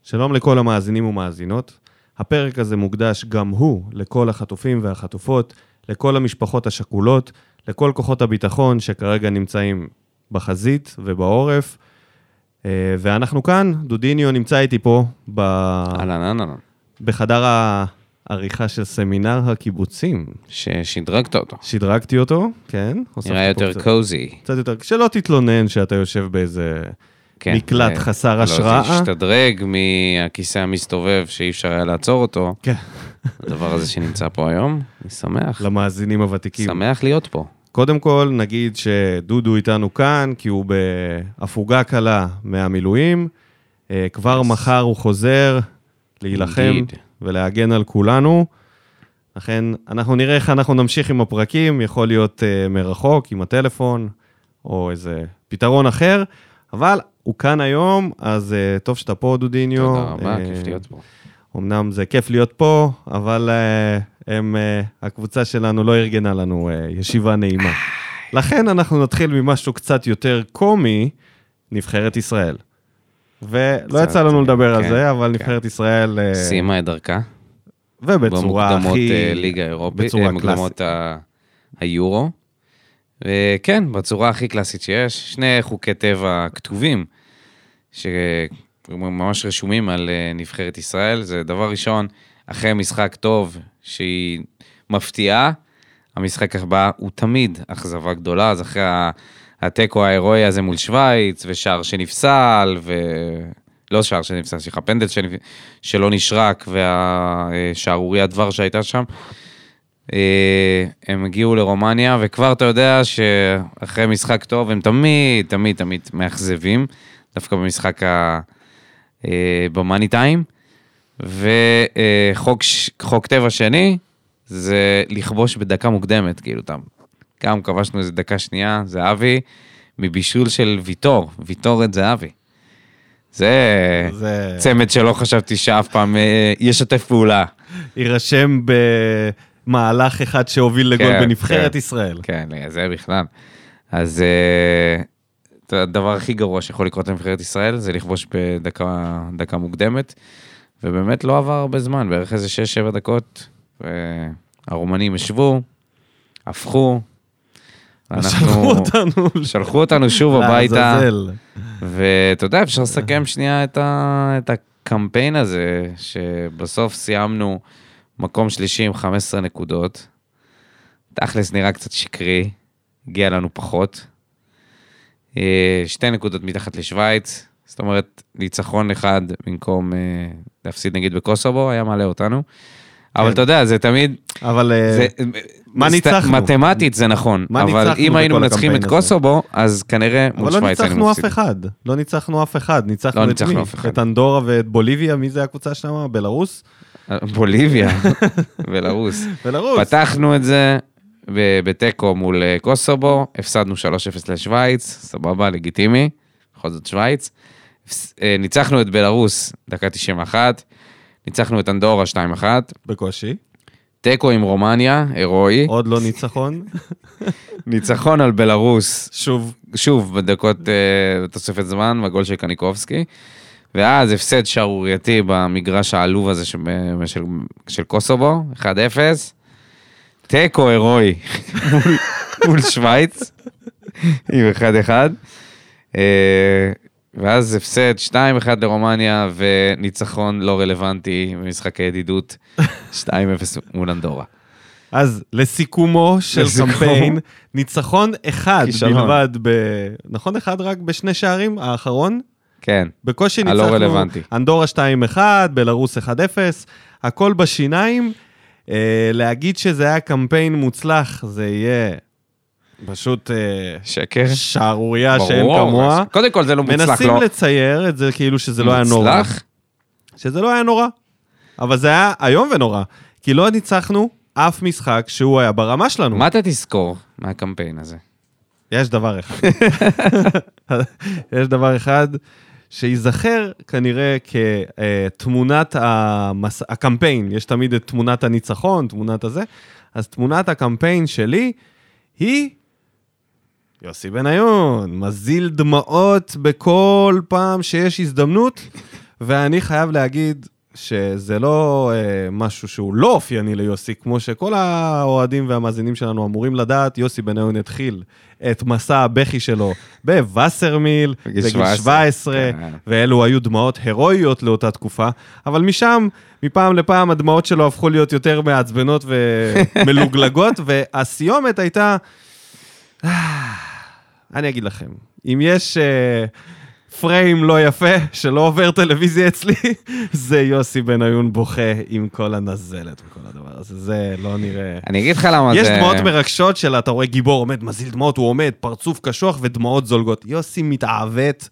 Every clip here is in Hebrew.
שלום לכל המאזינים ומאזינות. הפרק הזה מוקדש גם הוא לכל החטופים והחטופות, לכל המשפחות השכולות, לכל כוחות הביטחון שכרגע נמצאים בחזית ובעורף. ואנחנו כאן, דודיניו נמצא איתי פה בחדר העריכה של סמינר הקיבוצים. ששדרגת אותו. שדרגתי אותו, כן. נראה יותר קוזי. קצת יותר, שלא תתלונן שאתה יושב באיזה מקלט חסר השראה. לא תשתדרג מהכיסא המסתובב שאי אפשר היה לעצור אותו. כן. הדבר הזה שנמצא פה היום, אני שמח. למאזינים הוותיקים. שמח להיות פה. קודם כל נגיד שדודו איתנו כאן, כי הוא בהפוגה קלה מהמילואים. כבר מחר הוא חוזר להילחם ולהגן על כולנו. לכן אנחנו נראה איך אנחנו נמשיך עם הפרקים, יכול להיות מרחוק עם הטלפון, או איזה פתרון אחר, אבל הוא כאן היום, אז טוב שאתה פה, דודיניו. תודה רבה, כיף להיות פה. אמנם זה כיף להיות פה, אבל הקבוצה שלנו לא ארגנה לנו ישיבה נעימה. לכן אנחנו נתחיל ממשהו קצת יותר קומי, נבחרת ישראל. ולא יצא לנו לדבר על זה, אבל נבחרת ישראל סיימה את דרכה. ובצורה הכי... במוקדמות ליגה אירופית, במוקדמות היורו. וכן, בצורה הכי קלאסית שיש, שני חוקי טבע כתובים, שממש רשומים על נבחרת ישראל. זה דבר ראשון, אחרי משחק טוב שהיא מפתיעה, המשחק הבא הוא תמיד אכזבה גדולה, אז אחרי הטקו ההירואי הזה מול שוויץ, ושער שנפסל, לא שער שנפסל, סליחה, פנדל שלא נשרק, והשערוריה דבר שהייתה שם, הם הגיעו לרומניה, וכבר אתה יודע שאחרי משחק טוב, הם תמיד, תמיד, תמיד מאכזבים, דווקא במשחק במאני טיים, וחוק טבע שני, זה לכבוש בדקה מוקדמת, כאילו, גם כבשנו איזה דקה שנייה, זה אבי, מבישול של ויטור את זה אבי. זה צמד שלא חשבתי שאף פעם ישתף פעולה. יירשם במהלך אחד שהוביל לגול בנבחרת ישראל. כן, זה בכלל. אז הדבר הכי גרוע שיכול לקרות לנבחרת ישראל, זה לכבוש בדקה מוקדמת, ובאמת לא עבר הרבה זמן, בערך איזה 6-7 דקות, והרומנים ישבו, הפכו, שלחו אותנו שוב הביתה, ואתה יודע, אפשר לסכם שנייה את הקמפיין הזה, שבסוף סיימנו מקום שלישי עם 15 נקודות, תכלס נראה קצת שקרי, הגיע לנו פחות, 2 נקודות מתחת לשוויץ, זאת אומרת, ניצחון אחד במקום להפסיד נגיד בקוסובו, היה מעלה אותנו, אבל אתה יודע, זה תמיד... אבל מה ניצחנו? מתמטית זה נכון, אבל אם היינו מנצחים את קוסובו, אז כנראה מול שוויץ היינו מפסידים. לא ניצחנו אף אחד. ניצחנו את מי? את אנדורה ואת בוליביה, מי זה הקבוצה שם? בלרוס? בוליביה, בלרוס. פתחנו את זה בטקו מול קוסובו, הפסדנו 3-0 לשוויץ, סבבה, לגיטימי, בכל זאת שוויץ. ניצחנו את בלרוס, דקה 91, ניצחנו את אנדורה 2-1. בקושי. טקו עם רומניה, הירואי. עוד לא ניצחון. ניצחון על בלרוס. שוב בדקות תוספת זמן, בגול של קניקובסקי. ואז הפסד שערורייתי במגרש העלוב הזה של קוסובו, 1-0. טקו הירואי מול שוויץ, עם 1-1. ואז הפסד 2-1 לרומניה, וניצחון לא רלוונטי במשחקי ידידות, 2-0 מול אנדורה. אז לסיכומו של קמפיין, ניצחון אחד בלבד, נכון אחד רק בשני שערים, האחרון? כן, בקושי ניצחנו, אנדורה 2-1, בלרוס 1-0, הכל בשיניים, להגיד שזה היה קמפיין מוצלח, זה יהיה... פשוט שקר. שערוריה שאין כמוה. קודם כל זה לא מוצלח. מנסים לצייר את זה כאילו שזה לא היה נורא. מוצלח? שזה לא היה נורא. אבל זה היה היום ונורא. כי לא ניצחנו אף משחק שהוא היה ברמה שלנו. מה אתה תזכור מהקמפיין הזה? יש דבר אחד. יש דבר אחד שיזכר כנראה כתמונת הקמפיין. יש תמיד את תמונת הניצחון, תמונת הזה. אז תמונת הקמפיין שלי היא יוסי בניון, מזיל דמעות בכל פעם שיש הזדמנות, ואני חייב להגיד שזה לא משהו שהוא לא אופייני ליוסי, כמו שכל האוהדים והמאזינים שלנו אמורים לדעת, יוסי בניון התחיל את מסע הבכי שלו בווסרמיל, בגיל 17, ואלו היו דמעות הירואיות לאותה תקופה, אבל משם, מפעם לפעם, הדמעות שלו הפכו להיות יותר מעצבנות ומלוגלגות, והסיומת הייתה, אני אגיד לכם, אם יש פריים לא יפה, שלא עובר טלוויזיה אצלי, זה יוסי בניון בוכה עם כל הנזלת וכל הדבר הזה, זה לא נראה... אני אגיד לך למה יש זה... דמעות מרגשות של אתה רואה גיבור עומד, מזיל דמעות, הוא עומד, פרצוף קשוח ודמעות זולגות. יוסי מתעוות,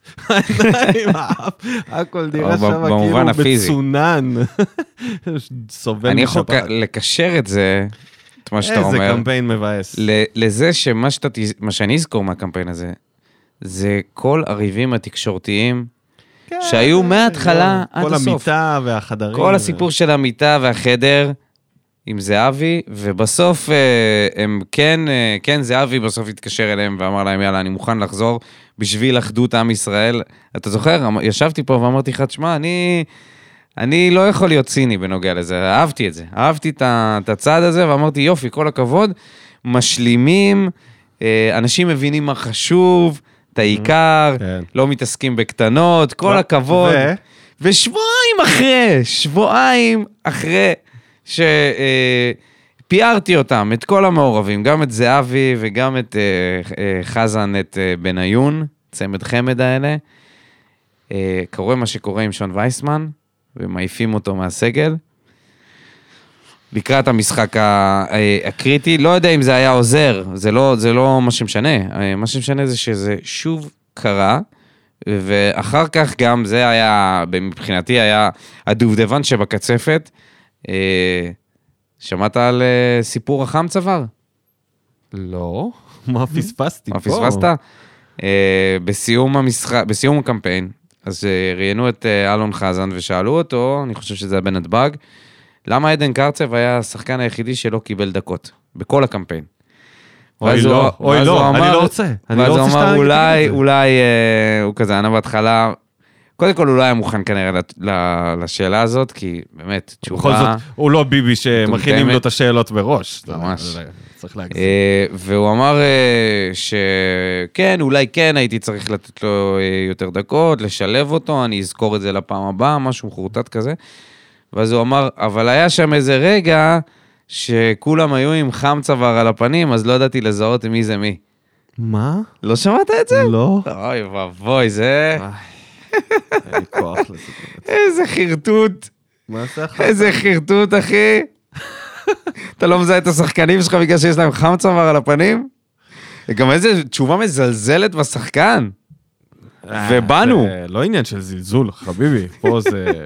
הכל נראה שם כאילו מצונן, סובל אני משפט. יכול לקשר את זה, את מה שאתה אומר, איזה קמפיין מבאס. לזה שמה שאני אזכור מהקמפיין הזה, זה כל הריבים התקשורתיים, שהיו מההתחלה עד הסוף. כל המיטה והחדרים. כל הסיפור של המיטה והחדר, עם זהבי, ובסוף הם כן זהבי בסוף התקשר אליהם, ואמר להם, יאללה, אני מוכן לחזור בשביל אחדות עם ישראל. אתה זוכר? ישבתי פה ואמרתי לך, תשמע, אני לא יכול להיות ציני בנוגע לזה, אהבתי את זה. אהבתי את הצעד הזה, ואמרתי, יופי, כל הכבוד, משלימים, אנשים מבינים מה חשוב, את העיקר, לא מתעסקים בקטנות, כל הכבוד. שבועיים אחרי שפיירתי אותם, את כל המעורבים, גם את זהבי וגם את חזן, את בניון, צמד חמד האלה, קורה מה שקורה עם שון וייסמן, ומעיפים אותו מהסגל, לקראת המשחק הקריטי, לא יודע אם זה היה עוזר, זה לא מה שמשנה, מה שמשנה זה שזה שוב קרה, ואחר כך גם זה היה, מבחינתי היה הדובדבן שבקצפת, שמעת על סיפור החם צוואר? לא, מה פספסתי פה? מה פספסת? בסיום הקמפיין, אז ראיינו את אלון חזן ושאלו אותו, אני חושב שזה היה בנתב"ג, למה עדן קרצב היה השחקן היחידי שלא קיבל דקות, בכל הקמפיין. אוי לא, אני לא רוצה. ואז הוא אמר, אולי, הוא כזה ענה בהתחלה, קודם כל הוא לא היה מוכן כנראה לשאלה הזאת, כי באמת, תשובה... בכל זאת, הוא לא ביבי שמכינים לו את השאלות בראש. ממש. צריך להגזים. והוא אמר שכן, אולי כן, הייתי צריך לתת לו יותר דקות, לשלב אותו, אני אזכור את זה לפעם הבאה, משהו מחורטט כזה. ואז הוא אמר, אבל היה שם איזה רגע שכולם היו עם חם צוואר על הפנים, אז לא ידעתי לזהות מי זה מי. מה? לא שמעת את זה? לא. אוי ובוי, זה... אין לי כוח לזה. איזה חרטוט. מה זה אחר? איזה חרטוט, אחי. אתה לא מזהה את השחקנים שלך בגלל שיש להם חם צוואר על הפנים? גם איזה תשובה מזלזלת בשחקן. ובאנו. זה לא עניין של זלזול, חביבי. פה זה...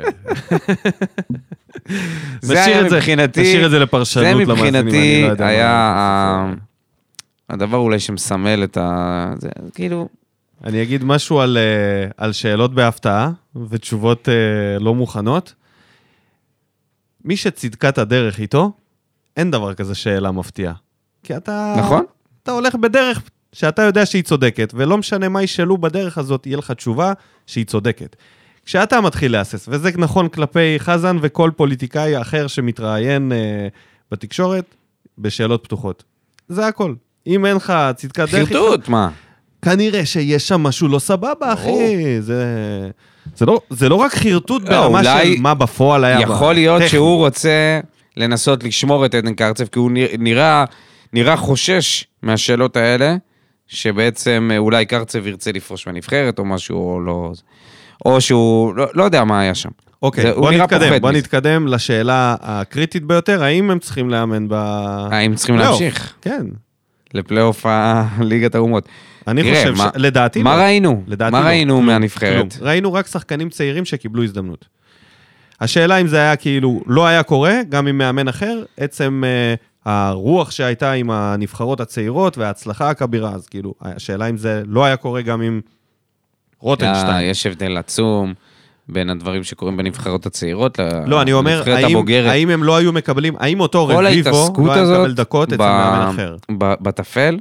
נשאיר את זה לפרשנות למאזינים. זה מבחינתי היה הדבר אולי שמסמל את ה... זה כאילו... אני אגיד משהו על שאלות בהפתעה, ותשובות לא מוכנות. מי שצדקת הדרך איתו, אין דבר כזה שאלה מפתיעה. כי אתה... נכון. אתה הולך בדרך שאתה יודע שהיא צודקת, ולא משנה מה ישאלו בדרך הזאת, יהיה לך תשובה שהיא צודקת. כשאתה מתחיל להסס, וזה נכון כלפי חזן וכל פוליטיקאי אחר שמתראיין בתקשורת, בשאלות פתוחות. זה הכל. אם אין לך צדקת דרך... חרטוט, מה? כנראה שיש שם משהו לא סבבה, אחי. זה לא רק חרטוט ברמה של מה בפועל היה. יכול להיות שהוא רוצה לנסות לשמור את עדן קרצב, כי הוא נראה חושש מהשאלות האלה, שבעצם אולי קרצב ירצה לפרוש מהנבחרת או משהו, או לא... או שהוא... לא יודע מה היה שם. אוקיי, בוא נתקדם לשאלה הקריטית ביותר, האם הם צריכים לאמן האם צריכים להמשיך? כן. לפלייאוף ליגת האומות. אני חושב לדעתי... מה ראינו? מה ראינו מהנבחרת? ראינו רק שחקנים צעירים שקיבלו הזדמנות. השאלה אם זה היה כאילו לא היה קורה, גם עם מאמן אחר, עצם הרוח שהייתה עם הנבחרות הצעירות וההצלחה הכבירה, אז כאילו, השאלה אם זה לא היה קורה גם עם רוטנשטיין. יש הבדל עצום בין הדברים שקורים בנבחרות הצעירות לנבחרת הבוגרת. לא, אני אומר, האם הם לא היו מקבלים, האם אותו רביבו לא היה מקבל דקות אצל מאמן אחר? בתפל,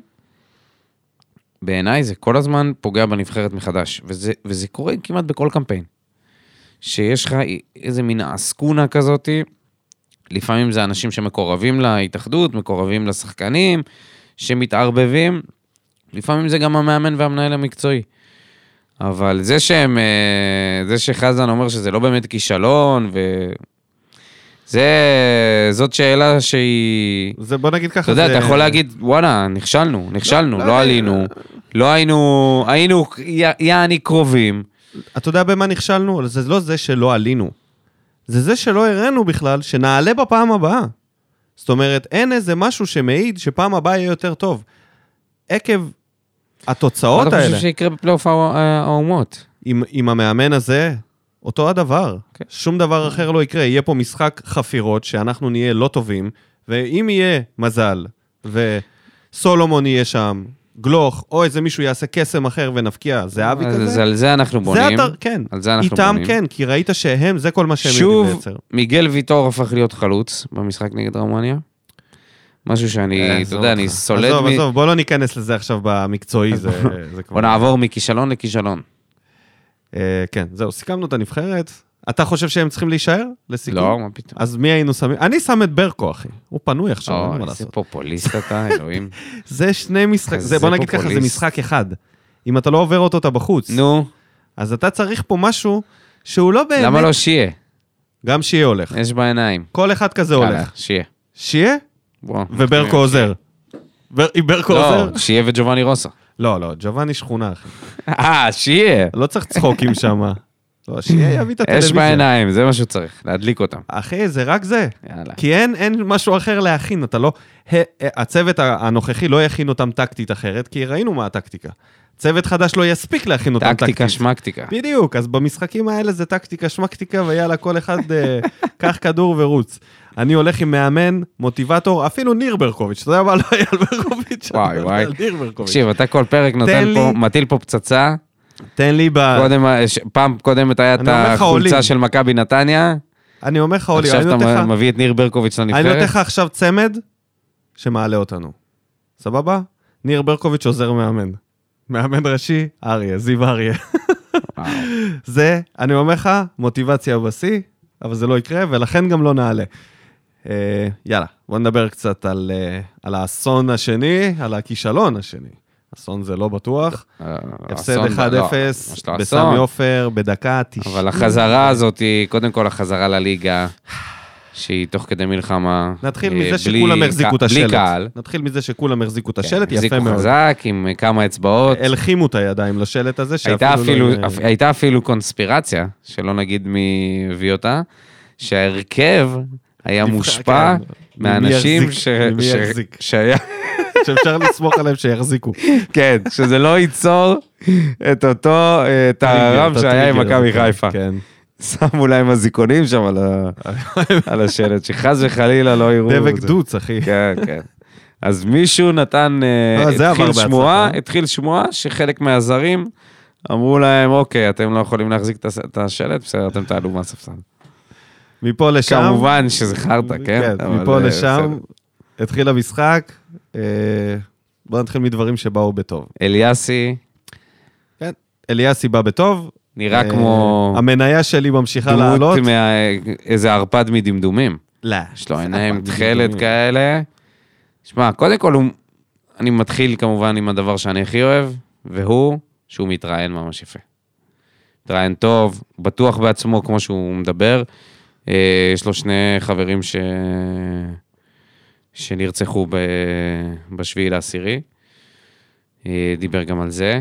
בעיניי זה כל הזמן פוגע בנבחרת מחדש, וזה קורה כמעט בכל קמפיין. שיש לך איזה מין אסקונה כזאת, לפעמים זה אנשים שמקורבים להתאחדות, מקורבים לשחקנים, שמתערבבים, לפעמים זה גם המאמן והמנהל המקצועי. אבל זה שחזן אומר שזה לא באמת כישלון, זאת שאלה שהיא... זה בוא נגיד ככה, אתה יודע, אתה יכול להגיד, וואלה, נכשלנו, לא עלינו, לא היינו יעני קרובים. אתה יודע במה נכשלנו? זה לא זה שלא עלינו. זה שלא הראינו בכלל, שנעלה בפעם הבאה. זאת אומרת, אין איזה משהו שמעיד שפעם הבאה יהיה יותר טוב. עקב התוצאות האלה. אתה חושב שיקרה בפלייאוף האומות? עם המאמן הזה, אותו הדבר. שום דבר אחר לא יקרה. יהיה פה משחק חפירות, שאנחנו נהיה לא טובים, ואם יהיה מזל, וסולומון יהיה שם, גלוך, או איזה מישהו יעשה קסם אחר ונפקיע, זה אבי כזה. על זה אנחנו בונים. כן. על זה אנחנו איתם בונים. כן, כי ראית שהם, זה כל מה שהם יודעים לייצר. שוב, מיגל ויטור הפך להיות חלוץ במשחק נגד רומניה. משהו שאני, אתה יודע, אני סולד עזוב, בוא לא ניכנס לזה עכשיו במקצועי, זה כבר... בוא נעבור מכישלון לכישלון. כן, זהו, סיכמנו את הנבחרת. אתה חושב שהם צריכים להישאר לסיכום? לא, מה פתאום. אז מי היינו שמים? אני שם את ברקו, אחי. הוא פנוי עכשיו, אין מה איזה לעשות. פופוליסט אתה, אלוהים. זה שני משחק, בוא נגיד ככה, זה משחק אחד. אם אתה לא עובר אותו, אתה בחוץ. נו. אז אתה צריך פה משהו שהוא לא באמת... למה לא שיהיה? גם שיהיה הולך. יש בעיניים. כל אחד כזה הולך. שיהיה. שיהיה? וברקו עוזר. אם ברקו עוזר? לא, שיהיה וג'ובני רוסה. לא, ג'ובני שכונה, אחי. שיהיה. לא צריך צחוקים שם. לא, שיהיה יביא את הטלוויזיה. יש בעיניים, זה מה שהוא צריך, להדליק אותם. אחי, זה רק זה. יאללה. כי אין משהו אחר להכין, אתה לא... הצוות הנוכחי לא יכין אותם טקטית אחרת, כי ראינו מה הטקטיקה. צוות חדש לא יספיק להכין אותם טקטית. טקטיקה שמקטיקה. בדיוק, אז במשחקים האלה זה טקטיקה שמקטיקה, ויאללה, כל אחד קח כדור ורוץ. אני הולך עם מאמן, מוטיבטור, אפילו ניר ברקוביץ', אתה יודע מה, לא היה על ברקוביץ', וואי. ניר ברקוביץ'. תקשיב, אתה כל פרק נותן פה, מטיל פה פצצה. תן לי פעם קודמת היה את החולצה של מכבי נתניה. אני אומר לך, אולי, עכשיו אתה מביא את ניר ברקוביץ' לנבחרת. אני נותן לך עכשיו צמד שמעלה אותנו. סבבה? ניר ברקוביץ' עוזר מאמן. מאמן ראשי, אריה, זיו אריה. זה, אני אומר לך, מוטיבציה בשיא, אבל זה לא יקרה, ולכן גם לא נעלה. יאללה, בוא נדבר קצת על האסון השני, על הכישלון השני. אסון זה לא בטוח. הפסד 1-0 בסמי עופר, בדקה 90. אבל החזרה הזאת היא, קודם כל החזרה לליגה, שהיא תוך כדי מלחמה. נתחיל מזה שכולם החזיקו את השלט. נתחיל מזה שכולם החזיקו את השלט, יפה מאוד. החזיקו חזק עם כמה אצבעות. הלחימו את הידיים לשלט הזה. הייתה אפילו קונספירציה, שלא נגיד מי הביא אותה, שההרכב היה מושפע מאנשים שהיה... שאפשר לסמוך עליהם שיחזיקו. כן, שזה לא ייצור את אותו, את הרם שהיה עם מכבי חיפה. כן. שמו להם הזיקונים שם על השלט, שחס וחלילה לא יראו. דבק דוץ, אחי. כן, כן. אז מישהו נתן, התחיל שמועה שחלק מהזרים אמרו להם, אוקיי, אתם לא יכולים להחזיק את השלט, בסדר, אתם תעלו מהספסל. מפה לשם. כמובן שזה חרטה, כן? מפה לשם, התחיל המשחק, בוא נתחיל מדברים שבאו בטוב. אליאסי. כן, אליאסי בא בטוב. נראה כמו... המניה שלי ממשיכה לעלות. דמות מאיזה ערפד מדמדומים. לא. יש לו עיניים תחלת כאלה. שמע, קודם כל, אני מתחיל כמובן עם הדבר שאני הכי אוהב, והוא שהוא מתראיין ממש יפה. מתראיין טוב, בטוח בעצמו כמו שהוא מדבר. יש לו שני חברים שנרצחו בשביעי לעשירי. דיבר גם על זה.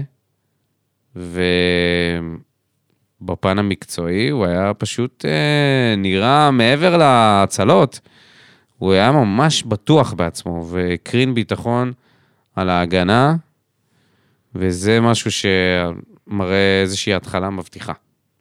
ובפן המקצועי הוא היה פשוט נראה מעבר להצלות. הוא היה ממש בטוח בעצמו, והקרין ביטחון על ההגנה, וזה משהו שמראה איזושהי התחלה מבטיחה.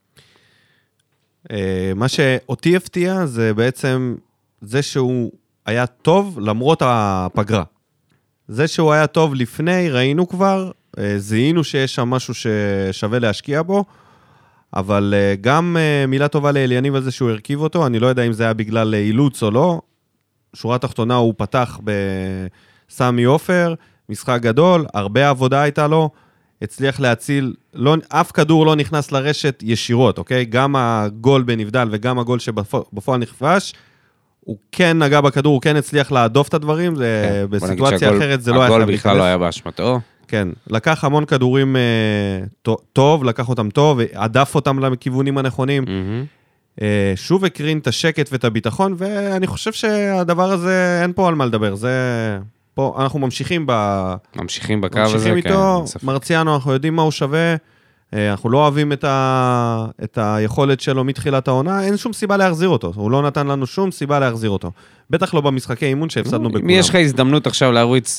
מה שאותי הפתיע זה בעצם זה שהוא היה טוב למרות הפגרה. זה שהוא היה טוב לפני, ראינו כבר, זיהינו שיש שם משהו ששווה להשקיע בו, אבל גם מילה טובה לאליניב על זה שהוא הרכיב אותו, אני לא יודע אם זה היה בגלל אילוץ או לא, שורה תחתונה הוא פתח בסמי עופר, משחק גדול, הרבה עבודה הייתה לו, הצליח להציל, אף כדור לא נכנס לרשת ישירות, אוקיי? גם הגול בנבדל וגם הגול שבפועל נכבש, הוא כן נגע בכדור, הוא כן הצליח להדוף את הדברים, בסיטואציה אחרת זה לא היה חייב הגול בכלל לא היה באשמתו. כן, לקח המון כדורים טוב, לקח אותם טוב, עדף אותם לכיוונים הנכונים, שוב הקרין את השקט ואת הביטחון, ואני חושב שהדבר הזה, אין פה על מה לדבר, זה... פה אנחנו ממשיכים בקו הזה, ממשיכים איתו, מרציאנו, אנחנו יודעים מה הוא שווה, אנחנו לא אוהבים את היכולת שלו מתחילת העונה, אין שום סיבה להחזיר אותו, הוא לא נתן לנו שום סיבה להחזיר אותו, בטח לא במשחקי אימון שהפסדנו בכולם. אם יש לך הזדמנות עכשיו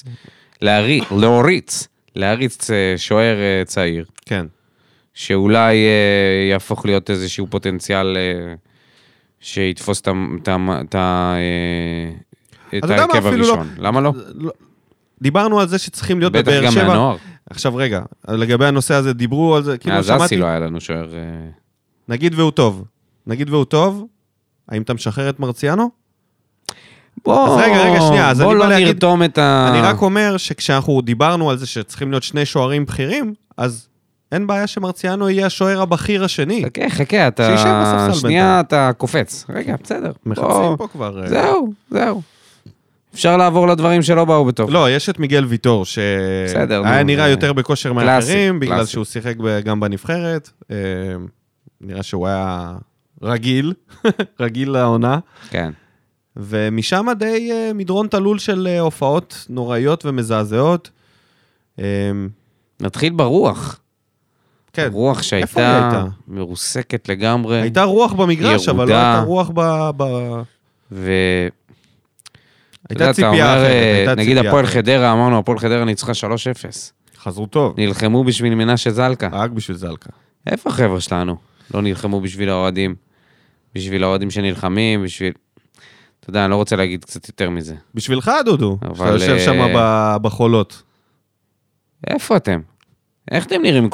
להריץ שוער צעיר, כן. שאולי יהפוך להיות איזשהו פוטנציאל שיתפוס את ההרכב הראשון. למה לא? דיברנו על זה שצריכים להיות בבאר שבע. בטח גם מהנוער. עכשיו רגע, לגבי הנושא הזה דיברו על זה, אז אסי לא היה לנו שוער. נגיד והוא טוב, האם אתה משחרר את מרציאנו? אז רגע, שנייה, אז בוא לא נרתום את אני רק אומר שכשאנחנו דיברנו על זה שצריכים להיות שני שוערים בכירים, אז אין בעיה שמרציאנו יהיה השוער הבכיר השני. חכה, אתה... שנייה אתה קופץ. רגע, בסדר. מחפשים פה כבר... זהו. אפשר לעבור לדברים שלא באו בטוב. לא, יש את מיגל ויטור, שהיה נראה יותר בכושר מאחרים, בגלל שהוא שיחק גם בנבחרת. נראה שהוא היה רגיל לעונה. כן. ומשם די מדרון תלול של הופעות נוראיות ומזעזעות. נתחיל ברוח. כן. רוח שהייתה מרוסקת לגמרי. הייתה רוח במגרש, אבל לא הייתה רוח הייתה ציפייה אחרת. נגיד הפועל חדרה, אמרנו, הפועל חדרה ניצחה 3-0. חזרו טוב. נלחמו בשביל מנשה זלקה. רק בשביל זלקה. איפה החבר'ה שלנו? לא נלחמו בשביל האוהדים. בשביל האוהדים שנלחמים, בשביל... אתה יודע, אני לא רוצה להגיד קצת יותר מזה. בשבילך, דודו. שאתה יושב שם בחולות. איפה אתם? איך אתם נראים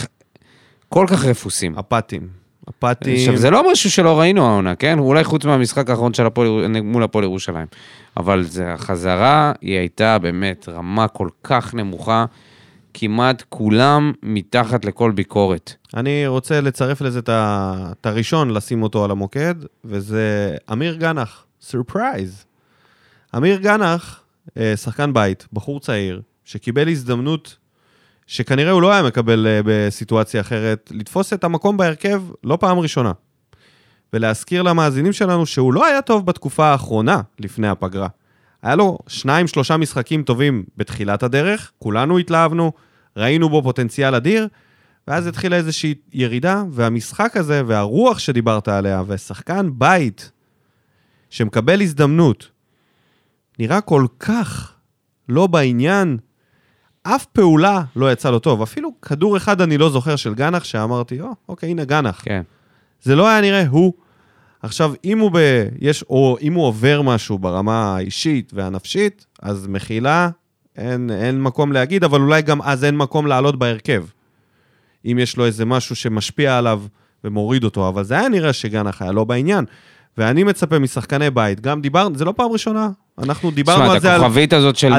כל כך רפוסים? אפתיים. עכשיו, זה לא משהו שלא ראינו העונה, כן? אולי חוץ מהמשחק האחרון של מול הפועל ירושלים. אבל החזרה היא הייתה באמת רמה כל כך נמוכה, כמעט כולם מתחת לכל ביקורת. אני רוצה לצרף לזה את הראשון, לשים אותו על המוקד, וזה אמיר גנח, סורפרייז. אמיר גנח, שחקן בית, בחור צעיר, שקיבל הזדמנות שכנראה הוא לא היה מקבל בסיטואציה אחרת, לתפוס את המקום בהרכב לא פעם ראשונה. ולהזכיר למאזינים שלנו שהוא לא היה טוב בתקופה האחרונה לפני הפגרה. היה לו 2-3 משחקים טובים בתחילת הדרך, כולנו התלהבנו, ראינו בו פוטנציאל אדיר, ואז התחילה איזושהי ירידה, והמשחק הזה והרוח שדיברת עליה, ושחקן בית שמקבל הזדמנות, נראה כל כך לא בעניין, אף פעולה לא יצא לו טוב, אפילו כדור אחד אני לא זוכר של גנח, שאמרתי, אוקיי, הנה גנח. כן. זה לא היה נראה, הוא. עכשיו, אם הוא עובר משהו ברמה האישית והנפשית, אז מחילה, אין מקום להגיד, אבל אולי גם אז אין מקום לעלות בהרכב. אם יש לו איזה משהו שמשפיע עליו ומוריד אותו, אבל זה היה נראה שגנח היה לא בעניין. ואני מצפה משחקני בית, גם דיברנו, זה לא פעם ראשונה, אנחנו דיברנו על זה, הכוכבית הזאת של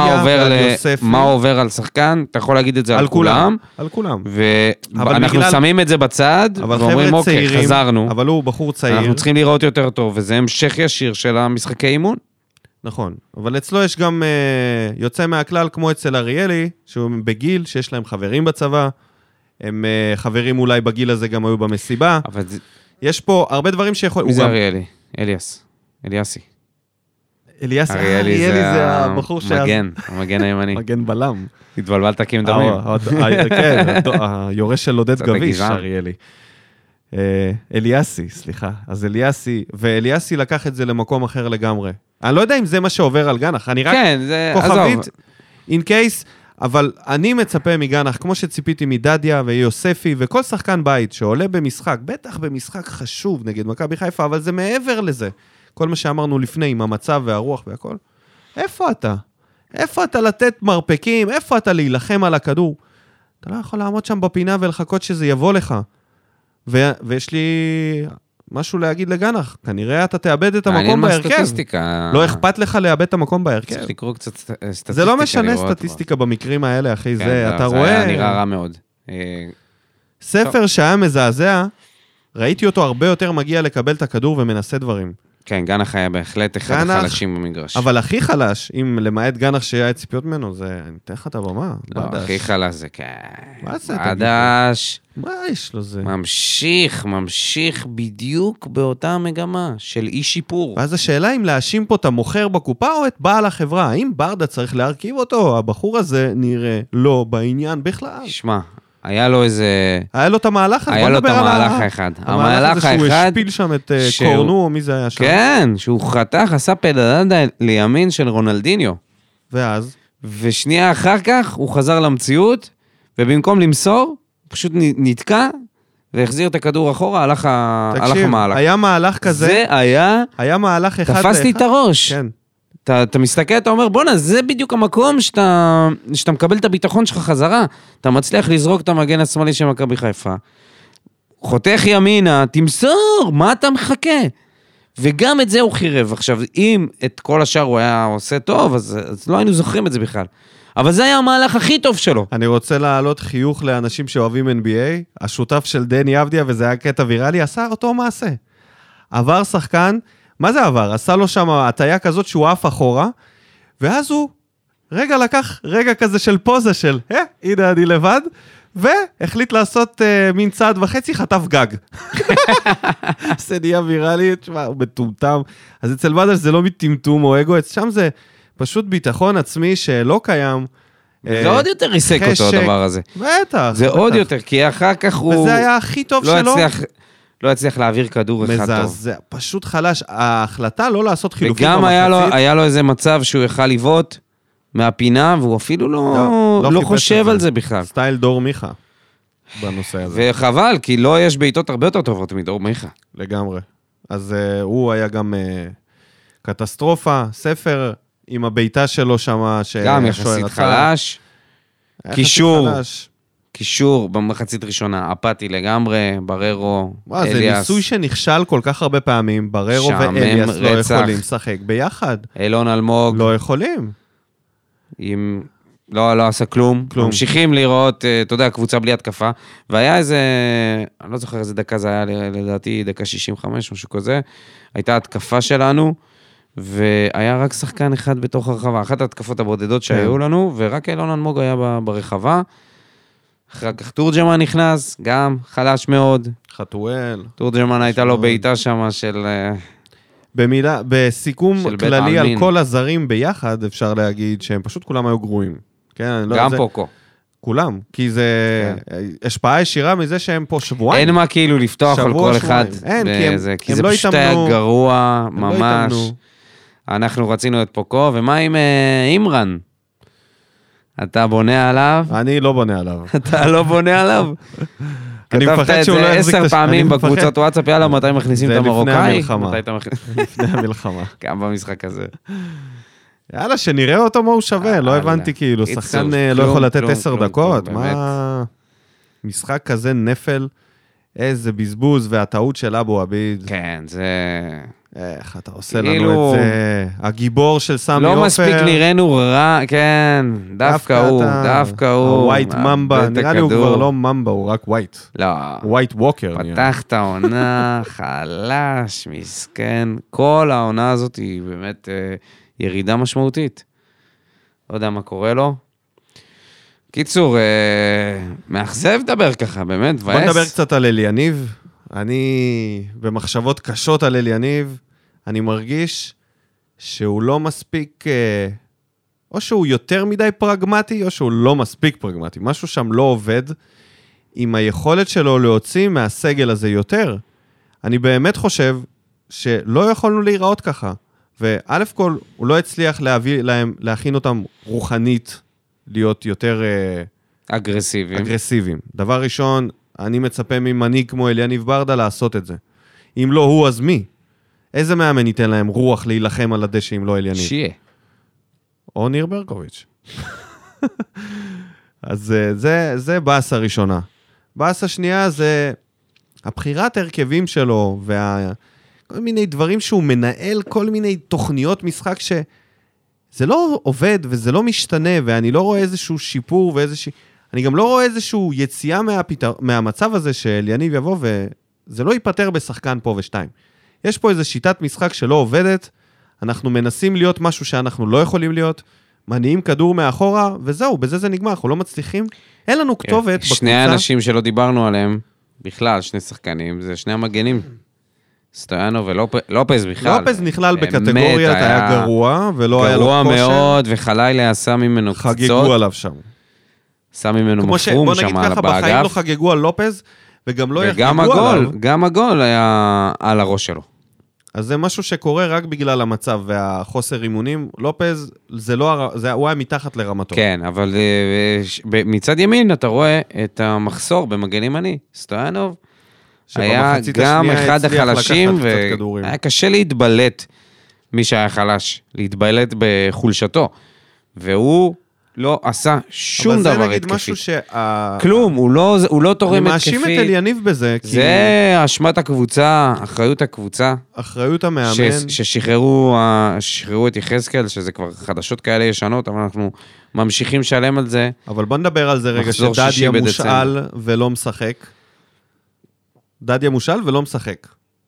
מה עובר על שחקן, אתה יכול להגיד את זה על כולם. על כולם. ואנחנו שמים את זה בצד, ואומרים אוקיי, חזרנו. אבל הוא בחור צעיר. אנחנו צריכים לראות יותר טוב, וזה המשך ישיר של המשחקי אימון. נכון, אבל אצלו יש גם יוצא מהכלל כמו אצל אריאלי, שהוא בגיל, שיש להם חברים בצבא, הם חברים אולי בגיל הזה גם היו במסיבה. אבל יש פה הרבה דברים שיכול... מי זה אריאלי? אליאסי זה הבחור המגן הימני. מגן בלם. התבלבלת כי מדברים. כן, היורש של עודד גביש, אריאלי. אליאסי, סליחה. אז אליאסי לקח את זה למקום אחר לגמרי. אני לא יודע אם זה מה שעובר על גנח, אני רק כוכבית, in case, אבל אני מצפה מגנח, כמו שציפיתי מדדיה ויוספי, וכל שחקן בית שעולה במשחק, בטח במשחק חשוב נגד מכבי חיפה, אבל זה מעבר לזה. כל מה שאמרנו לפני, עם המצב והרוח והכל. איפה אתה? איפה אתה לתת מרפקים? איפה אתה להילחם על הכדור? אתה לא יכול לעמוד שם בפינה ולחכות שזה יבוא לך. ויש לי משהו להגיד לגנח. כנראה אתה תאבד את המקום מעניין בהרכב. מהסטטיסטיקה. לא אכפת לך לאבד את המקום בהרכב. צריך לקרוא קצת סטטיסטיקה. זה לא משנה סטטיסטיקה במקרים האלה, אחי. זה, אתה רואה... זה היה נראה רע מאוד. ספר שהיה מזעזע, ראיתי אותו הרבה יותר מגיע לקבל את הכדור ומנסה דברים. כן, גנח היה בהחלט אחד החלשים במגרש. אבל הכי חלש, אם למעט גנח שהיה ציפיות ממנו, זה, אני אתן לך את הבמה. לא, הכי חלש זה כן. מה זה? בדש. מה יש לו זה? ממשיך בדיוק באותה מגמה של אי שיפור. ואז השאלה אם להאשים פה את המוכר בקופה או את בעל החברה. האם ברדה צריך להרכיב אותו? הבחור הזה נראה לא בעניין בכלל. תשמע, היה לו איזה... היה לו את המהלך הזה. היה לו את המהלך האחד. המהלך הזה שהוא השפיל שם את קורנו, או מי זה היה שם? כן, שהוא חתך, עשה פדדדה לימין של רונלדיניו. ואז? ושנייה אחר כך הוא חזר למציאות, ובמקום למסור, פשוט נתקע, והחזיר את הכדור אחורה, הלך המהלך. תקשיב, היה מהלך כזה. זה היה מהלך אחד. תפסתי את הראש. כן. אתה מסתכל, אתה אומר, בונה, זה בדיוק המקום שאתה מקבל את הביטחון שלך חזרה. אתה מצליח לזרוק את המגן השמאלי של מכבי חיפה. חותך ימינה, תמסור, מה אתה מחכה? וגם את זה הוא חירב. עכשיו, אם את כל השאר הוא היה עושה טוב, אז לא היינו זוכרים את זה בכלל. אבל זה היה המהלך הכי טוב שלו. אני רוצה להעלות חיוך לאנשים שאוהבים NBA. השותף של דני אבדיה, וזה היה קטע ויראלי, עשה אותו מעשה. עבר שחקן, מה זה עבר? עשה לו שם הטיה כזאת שהוא עף אחורה, ואז הוא לקח רגע כזה של פוזה של, הנה אני לבד, והחליט לעשות מין צעד וחצי, חטף גג. זה נהיה ויראלי, תשמע, הוא מטומטם. אז אצל בדש זה לא מטמטום או אגו, שם זה פשוט ביטחון עצמי שלא קיים. זה עוד יותר ריסק אותו הדבר הזה. בטח. זה עוד יותר, כי אחר כך הוא... וזה היה הכי טוב שלו. לא הצליח להעביר כדור אחד טוב. זה פשוט חלש. ההחלטה לא לעשות חילופים במחצית. וגם היה לו איזה מצב שהוא יכל לבעוט מהפינה, והוא אפילו לא חושב על זה בכלל. סטייל דור מיכה בנושא הזה. וחבל, כי לא יש בעיטות הרבה יותר טובות מדור מיכה. לגמרי. אז הוא היה גם קטסטרופה, ספר עם הביתה שלו שם. גם יחסית חלש. קישור במחצית ראשונה, אפתי לגמרי, בררו, אליאס. זה ניסוי שנכשל כל כך הרבה פעמים, בררו ואליאס לא יכולים לשחק ביחד. אילון אלמוג. לא יכולים. לא עשה כלום. ממשיכים לראות, אתה יודע, קבוצה בלי התקפה, והיה איזה, אני לא זוכר איזה דקה זה היה, לדעתי דקה 65, משהו כזה, הייתה התקפה שלנו, והיה רק שחקן אחד בתוך הרחבה, אחת ההתקפות הבודדות שהיו לנו, ורק אילון אלמוג היה ברחבה, אחר כך תורג'מן נכנס, גם חלש מאוד. חתואל. תורג'מן הייתה לו בעיטה שם של... בסיכום כללי על כל הזרים ביחד, אפשר להגיד שהם פשוט כולם היו גרועים. גם פוקו. כולם, כי זה השפעה ישירה מזה שהם פה שבועיים. אין מה כאילו לפתוח על כל אחד. אין, כי זה פשוט היה גרוע, ממש. אנחנו רצינו את פוקו, ומה עם אימרן? אתה בונה עליו? אני לא בונה עליו. אתה לא בונה עליו? אני מפחד שהוא לא יחזיק את 10 פעמים בקבוצות וואטסאפ, יאללה, מתי מכניסים את המרוקאי? זה לפני המלחמה. גם במשחק הזה. יאללה, שנראה אותו מה הוא שווה, לא הבנתי כאילו, שחקן לא יכול לתת 10 דקות, מה? משחק כזה נפל, איזה בזבוז, והטעות של אבו עביד. כן, זה... איך אתה עושה לנו את זה? הגיבור של סמי עופר. לא מספיק נראינו רע, כן, דווקא הוא. הווייט ממבה, נראה לי הוא כבר לא ממבה, הוא רק ווייט. לא. ווייט ווקר. פתח את העונה, חלש, מסכן. כל העונה הזאת היא באמת ירידה משמעותית. לא יודע מה קורה לו. קיצור, מאכזב דבר ככה, באמת, בוא נדבר קצת על אליניב. אני, במחשבות קשות על אליניב, אני מרגיש שהוא לא מספיק, או שהוא יותר מדי פרגמטי, או שהוא לא מספיק פרגמטי. משהו שם לא עובד עם היכולת שלו להוציא מהסגל הזה יותר. אני באמת חושב שלא יכולנו להיראות ככה. וא' כל, הוא לא הצליח להכין אותם רוחנית, להיות יותר אגרסיביים. דבר ראשון, אני מצפה ממנהיג כמו אליניב ברדה לעשות את זה. אם לא הוא, אז מי? איזה מאמן ייתן להם רוח להילחם על הדשא אם לא אליניב? שיהיה. או ניר ברקוביץ'. אז זה באס הראשונה. באס השנייה זה הבחירת הרכבים שלו, כל מיני דברים שהוא מנהל, כל מיני תוכניות משחק זה לא עובד וזה לא משתנה, ואני לא רואה איזשהו שיפור אני גם לא רואה איזשהו יציאה מהמצב הזה של יניב יבוא, וזה לא ייפטר בשחקן פה ושתיים. יש פה איזו שיטת משחק שלא עובדת, אנחנו מנסים להיות משהו שאנחנו לא יכולים להיות, מניעים כדור מאחורה, וזהו, בזה זה נגמר, אנחנו לא מצליחים. אין לנו כתובת בקבוצה. שני האנשים שלא דיברנו עליהם, בכלל, שני שחקנים, זה שני המגנים. סטויאנוב ולופז בכלל. לופז נכלל בקטגוריית, היה גרוע, ולא היה לו כושר. גרוע מאוד, וחלילה עשה ממנו קצות. חגגו עליו שם. שם ממנו מפרום שם באגף. בוא נגיד ככה, בחיים לא חגגו על לופז, וגם לא יחגגו עליו. גם הגול היה על הראש שלו. אז זה משהו שקורה רק בגלל המצב והחוסר אימונים. לופז, הוא היה מתחת לרמתו. כן, אבל מצד ימין אתה רואה את המחסור במגן ימני. סטויאנוב היה גם אחד החלשים, והיה קשה להתבלט מי שהיה חלש, להתבלט בחולשתו. והוא לא עשה שום דבר התקפי. אבל זה נגיד משהו כלום, הוא לא תורם התקפי. אני מאשים את אליניב בזה. זה אשמת הקבוצה, אחריות הקבוצה. אחריות המאמן. ששחררו את יחזקאל, שזה כבר חדשות כאלה ישנות, אבל אנחנו ממשיכים שלם על זה. אבל בוא נדבר על זה רגע, שדדיה מושאל ולא משחק. דדיה מושאל ולא משחק.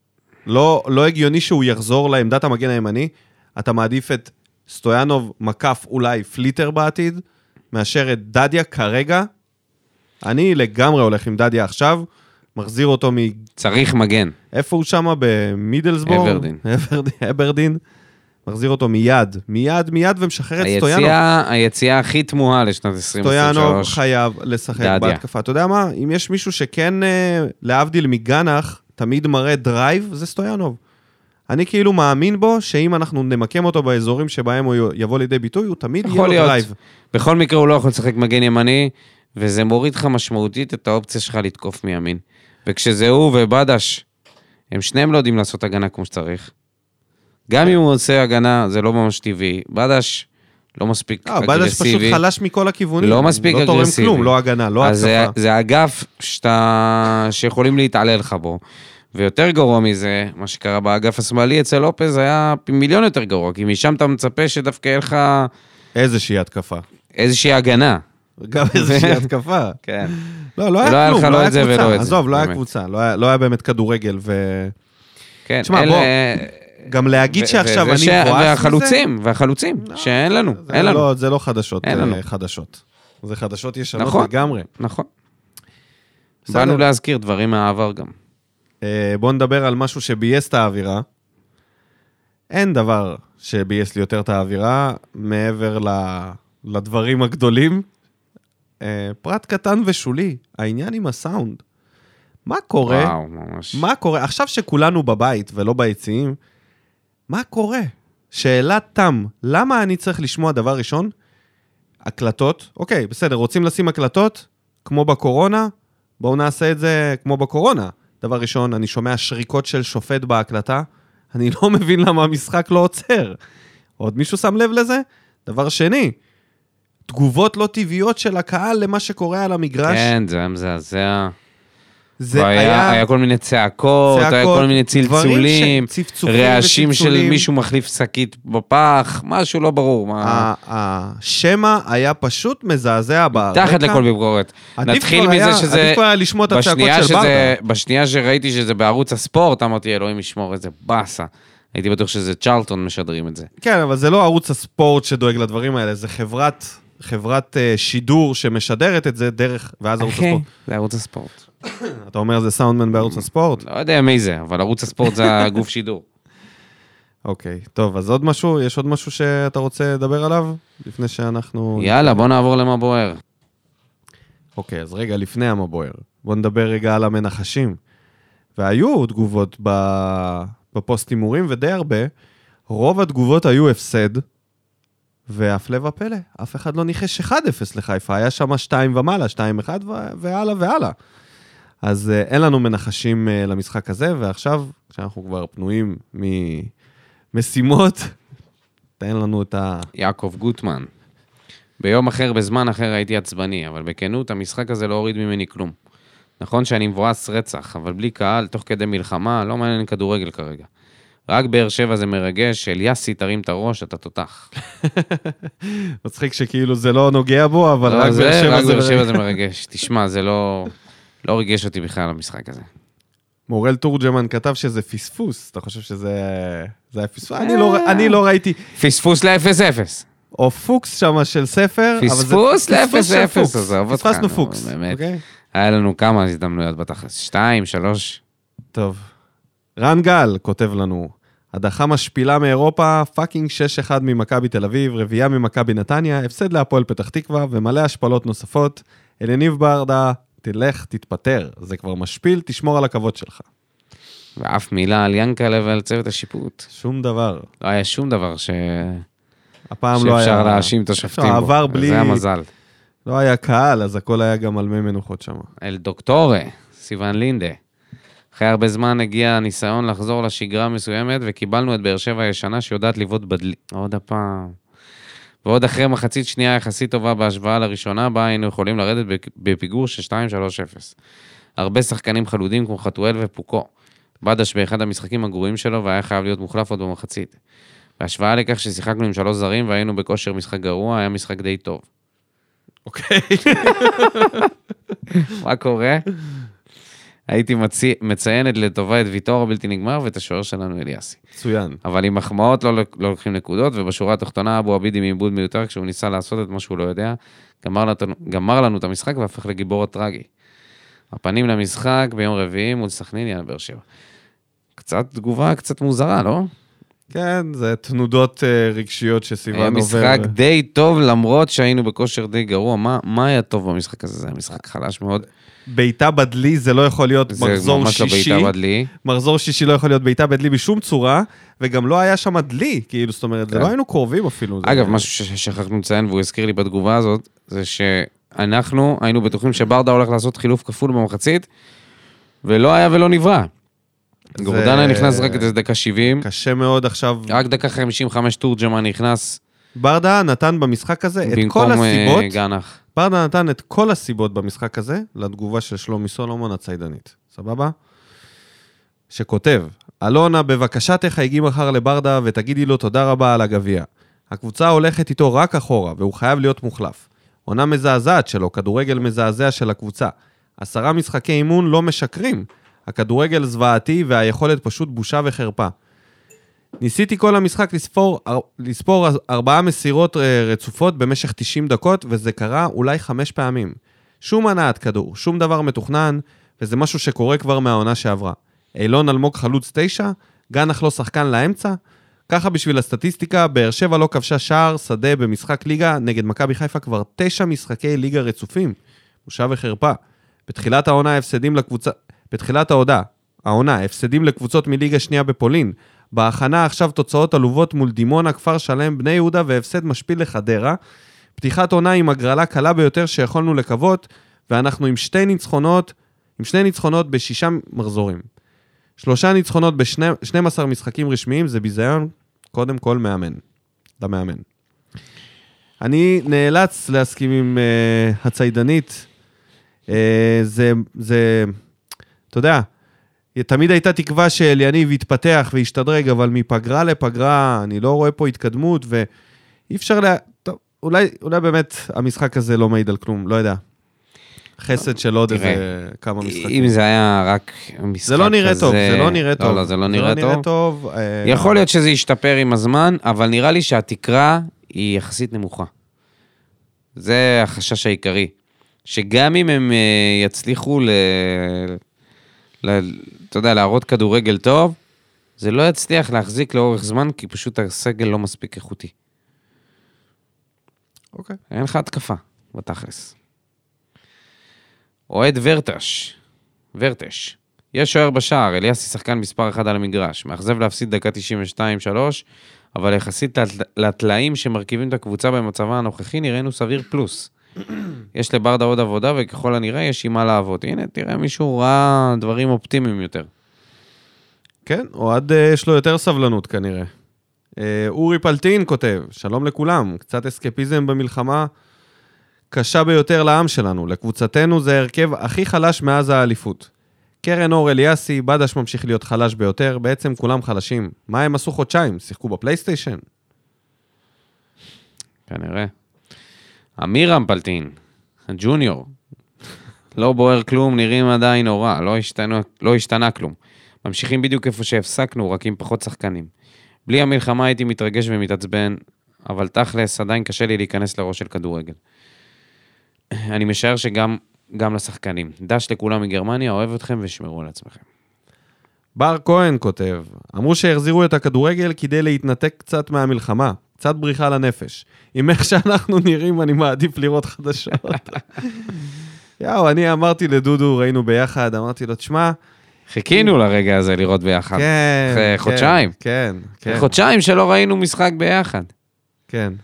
לא הגיוני שהוא יחזור לעמדת המגן הימני. אתה מעדיף את סטויאנוב מקף אולי פליטר בעתיד, מאשר את דדיה כרגע. אני לגמרי הולך עם דדיה עכשיו, מחזיר אותו צריך מגן. איפה הוא שם? במידלסבורג? אברדין. מחזיר אותו מיד, ומשחרר את סטויאנוב. היציאה הכי תמוהה לשנת 2023. סטויאנוב חייב לשחק בהתקפה. אתה יודע מה? אם יש מישהו שכן, להבדיל מגנח, תמיד מראה דרייב, זה סטויאנוב. אני כאילו מאמין בו, שאם אנחנו נמקם אותו באזורים שבהם הוא יבוא לידי ביטוי, הוא תמיד יהיה לו דרייב. בכל מקרה הוא לא יכול לשחק מגן ימני, וזה מוריד לך משמעותית את האופציה שלך לתקוף מימין. וכשזה הוא ובדש, הם שניהם לא יודעים לעשות הגנה כמו שצריך. גם אם הוא עושה הגנה, זה לא ממש טבעי. בדש לא מספיק אגרסיבי. בדש פשוט חלש מכל הכיוונים. לא מספיק אגרסיבי. לא תורם כלום, לא הגנה, לא התקפה. זה אגף שיכולים להתעלל לך בו. ויותר גרוע מזה, מה שקרה באגף השמאלי אצל לופז היה מיליון יותר גרוע, כי משם אתה מצפה שדווקא יהיה לך איזושהי התקפה. איזושהי הגנה. גם איזושהי התקפה. כן. לא היה כלום, לא היה קבוצה. עזוב, לא היה קבוצה, לא היה באמת כדורגל. כן, תשמע, בוא, גם להגיד שעכשיו אני מבואס מזה. והחלוצים, שאין לנו, אין לנו. זה לא חדשות, חדשות. זה חדשות ישנות לגמרי. נכון. באנו להזכיר דברים מהעבר גם. בואו נדבר על משהו שבייס את האווירה. אין דבר שבייס לי יותר את האווירה, מעבר לדברים הגדולים. פרט קטן ושולי, העניין עם הסאונד. מה קורה? וואו, ממש. מה קורה? עכשיו שכולנו בבית ולא ביציעים, מה קורה? שאלה תם, למה אני צריך לשמוע דבר ראשון? הקלטות, אוקיי, בסדר, רוצים לשים הקלטות, כמו בקורונה, בואו נעשה את זה כמו בקורונה. דבר ראשון, אני שומע שריקות של שופט בהקלטה, אני לא מבין למה המשחק לא עוצר. עוד מישהו שם לב לזה? דבר שני, תגובות לא טבעיות של הקהל למה שקורה על המגרש. כן, זה מזעזע. היה כל מיני צעקות, היה כל מיני צלצולים, רעשים של מישהו מחליף שקית בפח, משהו לא ברור. השמה היה פשוט מזעזע ברקע. תחת לכל ביקורת. נתחיל מזה שזה... עדיף כבר היה לשמוע את הצעקות של ברדה. בשנייה שראיתי שזה בערוץ הספורט, אמרתי, אלוהים ישמור איזה בסה. הייתי בטוח שזה צ'רלטון משדרים את זה. כן, אבל זה לא ערוץ הספורט שדואג לדברים האלה, זה חברת שידור שמשדרת את זה דרך, ואז ערוץ הספורט. זה ערוץ הספורט. אתה אומר זה סאונדמן בערוץ הספורט? לא יודע מי זה, אבל ערוץ הספורט זה הגוף שידור. אוקיי, טוב, אז עוד משהו, יש עוד משהו שאתה רוצה לדבר עליו? לפני שאנחנו... יאללה, בוא נעבור למה בוער. אוקיי, אז רגע, לפני מה בוער. בוא נדבר רגע על המנחשים. והיו תגובות בפוסט הימורים, ודי הרבה. רוב התגובות היו הפסד, והפלא ופלא, אף אחד לא ניחש 1-0 לחיפה, היה שם 2 ומעלה, 2-1 והלאה והלאה. אז אין לנו מנחשים למשחק הזה, ועכשיו, כשאנחנו כבר פנויים ממשימות, תן לנו את יעקב גוטמן. ביום אחר, בזמן אחר הייתי עצבני, אבל בכנות, המשחק הזה לא הוריד ממני כלום. נכון שאני מבואס רצח, אבל בלי קהל, תוך כדי מלחמה, לא מעניין כדורגל כרגע. רק באר שבע זה מרגש, אליאסי תרים את הראש, אתה תותח. מצחיק שכאילו זה לא נוגע בו, אבל רק באר שבע זה מרגש. תשמע, זה לא ריגש אותי בכלל המשחק הזה. מורל תורג'מן כתב שזה פספוס, אתה חושב שזה היה פספוס? אני לא ראיתי. פספוס ל-0-0. או פוקס שם של ספר. פספוס ל-0-0, פספסנו פוקס. באמת. היה לנו כמה הזדמנויות בתכלס, 2, 3. טוב. רן גל כותב לנו, הדחה משפילה מאירופה, פאקינג 6-1 ממכבי תל אביב, רביעייה ממכבי נתניה, הפסד להפועל פתח תקווה ומלא השפלות נוספות. אלניב ברדה, תלך, תתפטר, זה כבר משפיל, תשמור על הכבוד שלך. ואף מילה על ינקלה ועל צוות השיפוט. שום דבר. לא היה שום דבר הפעם לא היה... שאפשר להאשים את השופטים בו. זה היה מזל. לא היה קהל, אז הכל היה גם על מי מנוחות שם. אל דוקטורה, סיוון לינדה. אחרי הרבה זמן הגיע הניסיון לחזור לשגרה מסוימת, וקיבלנו את באר שבע הישנה שיודעת לבעוט בדלי. עוד הפעם. ועוד אחרי מחצית שנייה יחסית טובה בהשוואה לראשונה, בה היינו יכולים לרדת בפיגור של 2-3-0. הרבה שחקנים חלודים כמו חתואל ופוקו. בדש באחד המשחקים הגרועים שלו, והיה חייב להיות מוחלף עוד במחצית. בהשוואה לכך ששיחקנו עם 3 זרים, והיינו בכושר משחק גרוע, היה משחק די טוב. אוקיי. מה קורה? הייתי מציינת לטובה את ויטור הבלתי נגמר, ואת השוער שלנו אליאסי. מצוין. אבל עם מחמאות לא לוקחים נקודות, ובשורה התחתונה אבו עבידי מעיבוד מיותר, כשהוא ניסה לעשות את מה שהוא לא יודע, גמר לנו את המשחק, והפך לגיבור הטרגי. הפנים למשחק ביום רביעי מול סכנין, יאללה באר שבע. קצת תגובה, קצת מוזרה, לא? כן, זה תנודות רגשיות שסיוון עובר. היה משחק די טוב, למרות שהיינו בכושר די גרוע. מה היה טוב במשחק הזה? זה היה משחק חלש מאוד. ביתה בדלי זה לא יכול להיות מחזור שישי. מחזור שישי לא יכול להיות ביתה בדלי בשום צורה, וגם לא היה שם דלי, כאילו, זאת אומרת, זה לא היינו קרובים אפילו. אגב, משהו ששכחנו לציין, והוא הזכיר לי בתגובה הזאת, זה שאנחנו היינו בטוחים שברדה הולך לעשות חילוף כפול במחצית, ולא היה ולא נברא. גורדנה נכנס רק את דקה 70. קשה מאוד עכשיו. רק דקה 55 תורג'מן נכנס. ברדה נתן במשחק הזה את כל הסיבות. ברדה נתן את כל הסיבות במשחק הזה, לתגובה של שלומי סולומון הציידנית. סבבה? שכותב, אלונה, בבקשה תחייגי מחר לברדה ותגידי לו תודה רבה על הגביע. הקבוצה הולכת איתו רק אחורה, והוא חייב להיות מוחלף. עונה מזעזעת שלו, כדורגל מזעזע של הקבוצה. 10 משחקי אימון לא משקרים. הכדורגל זוועתי והיכולת פשוט בושה וחרפה. ניסיתי כל המשחק לספור 4 מסירות רצופות במשך 90 דקות, וזה קרה אולי 5 פעמים. שום הנעת כדור, שום דבר מתוכנן, וזה משהו שקורה כבר מהעונה שעברה. אילון אלמוג חלוץ 9, גנח לא שחקן לאמצע, ככה בשביל הסטטיסטיקה, באר שבע לא כבשה שער שדה במשחק ליגה, נגד מכבי חיפה כבר 9 משחקי ליגה רצופים. בושה וחרפה. בתחילת העונה הפסדים לקבוצה... בתחילת העונה, הפסדים לקבוצות מליגה שנייה בפולין. בהכנה עכשיו תוצאות עלובות מול דימונה, כפר שלם, בני יהודה והפסד משפיל לחדרה. פתיחת עונה עם הגרלה קלה ביותר שיכולנו לקוות, ואנחנו עם 2 ניצחונות ב6 מחזורים. 3 ניצחונות ב12 משחקים רשמיים, זה ביזיון, קודם כל למאמן. אני נאלץ להסכים עם הציידנית, אתה יודע, תמיד הייתה תקווה שאליניב יתפתח וישתדרג, אבל מפגרה לפגרה אני לא רואה פה התקדמות, ואי אפשר טוב, אולי באמת המשחק הזה לא מעיד על כלום, לא יודע. חסד של עוד איזה כמה משחקים. אם זה היה רק משחק כזה... זה לא נראה טוב, זה לא נראה טוב. לא, זה לא נראה טוב. יכול להיות שזה ישתפר עם הזמן, אבל נראה לי שהתקרה היא יחסית נמוכה. זה החשש העיקרי. שגם אם הם יצליחו אתה יודע, להראות כדורגל טוב, זה לא יצליח להחזיק לאורך זמן, כי פשוט הסגל לא מספיק איכותי. אוקיי. אין לך התקפה, בתכלס. אוהד ורטש. יש שוער בשער, אליאסי שחקן מספר 1 על המגרש. מאכזב להפסיד דקה 92-3, אבל יחסית לתלאים שמרכיבים את הקבוצה במצבה הנוכחי, נראינו סביר פלוס. יש לברדה עוד עבודה, וככל הנראה יש עם מה לעבוד. הנה, תראה, מישהו ראה דברים אופטימיים יותר. כן, אוהד יש לו יותר סבלנות כנראה. אורי פלטין כותב, שלום לכולם, קצת אסקפיזם במלחמה, קשה ביותר לעם שלנו. לקבוצתנו זה הרכב הכי חלש מאז האליפות. קרן אור אליאסי, בדש ממשיך להיות חלש ביותר, בעצם כולם חלשים. מה הם עשו חודשיים? שיחקו בפלייסטיישן? כנראה. אמיר אמפלטין, הג'וניור, לא בוער כלום, נראים עדיין נורא, לא השתנה כלום. ממשיכים בדיוק איפה שהפסקנו, רק עם פחות שחקנים. בלי המלחמה הייתי מתרגש ומתעצבן, אבל תכלס עדיין קשה לי להיכנס לראש של כדורגל. אני משער שגם לשחקנים. דש לכולם מגרמניה, אוהב אתכם ושמרו על עצמכם. בר כהן כותב, אמרו שהחזירו את הכדורגל כדי להתנתק קצת מהמלחמה, קצת בריחה לנפש. עם איך שאנחנו נראים, אני מעדיף לראות חדשות. יאו, אני אמרתי לדודו, ראינו ביחד, אמרתי לו, תשמע, חיכינו לרגע הזה לראות ביחד. כן. אחרי חודשיים. כן. חודשיים שלא ראינו משחק ביחד. כן.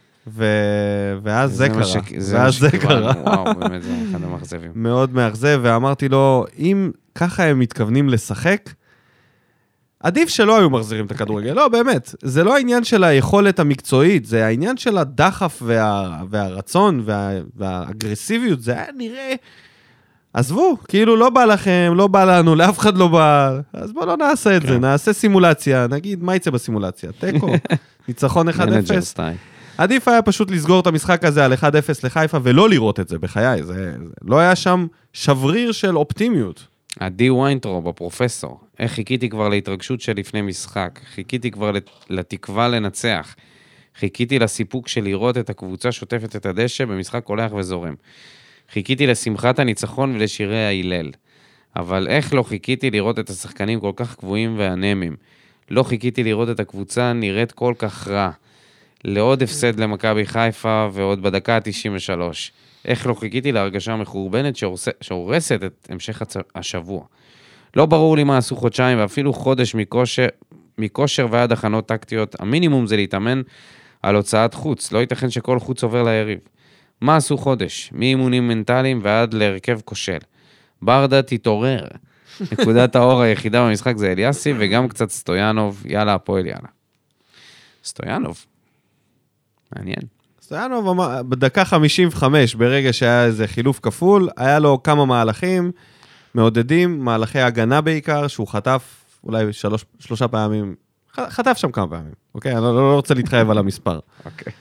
ואז זה קרה. ואז זה קרה. וואו, באמת זה אחד המאכזבים. מאוד מאכזב, ואמרתי לו, אם ככה הם מתכוונים לשחק, עדיף שלא היו מחזירים את הכדורגל. לא, באמת. זה לא העניין של היכולת המקצועית, זה העניין של הדחף והרצון והאגרסיביות. זה היה נראה... עזבו, כאילו לא בא לכם, לא בא לנו, לאף אחד לא בא, אז בואו לא נעשה את זה, נעשה סימולציה, נגיד, מה יצא בסימולציה? טקו, ניצחון 1-0. עדיף היה פשוט לסגור את המשחק הזה על 1-0 לחיפה, ולא לראות את זה בחיי, זה לא היה שם שבריר של אופטימיות. עדי ויינטרוב, הפרופסור, איך חיכיתי כבר להתרגשות של לפני משחק, חיכיתי כבר לתקווה לנצח, חיכיתי לסיפוק של לראות את הקבוצה שוטפת את הדשא במשחק הולך וזורם. חיכיתי לשמחת הניצחון ולשירי ההילל. אבל איך לא חיכיתי לראות את השחקנים כל כך קבועים ואנמים? לא חיכיתי לראות את הקבוצה נראית כל כך רע. לעוד הפסד למכבי חיפה ועוד בדקה ה-93. איך לא חיכיתי להרגשה מחורבנת שהורסת את המשך השבוע. לא ברור לי מה עשו חודשיים ואפילו חודש מכושר ועד הכנות טקטיות. המינימום זה להתאמן על הוצאת חוץ. לא ייתכן שכל חוץ עובר ליריב. מה עשו חודש? מאימונים מנטליים ועד להרכב כושל. ברדה תתעורר. נקודת האור היחידה במשחק זה אליאסי, וגם קצת סטויאנוב. יאללה, הפועל יאללה. סטויאנוב. מעניין. סטויאנוב בדקה 55, ברגע שהיה איזה חילוף כפול, היה לו כמה מהלכים מעודדים, מהלכי הגנה בעיקר, שהוא חטף אולי 3 פעמים, חטף שם כמה פעמים, אוקיי? אני לא רוצה להתחייב על המספר. אוקיי.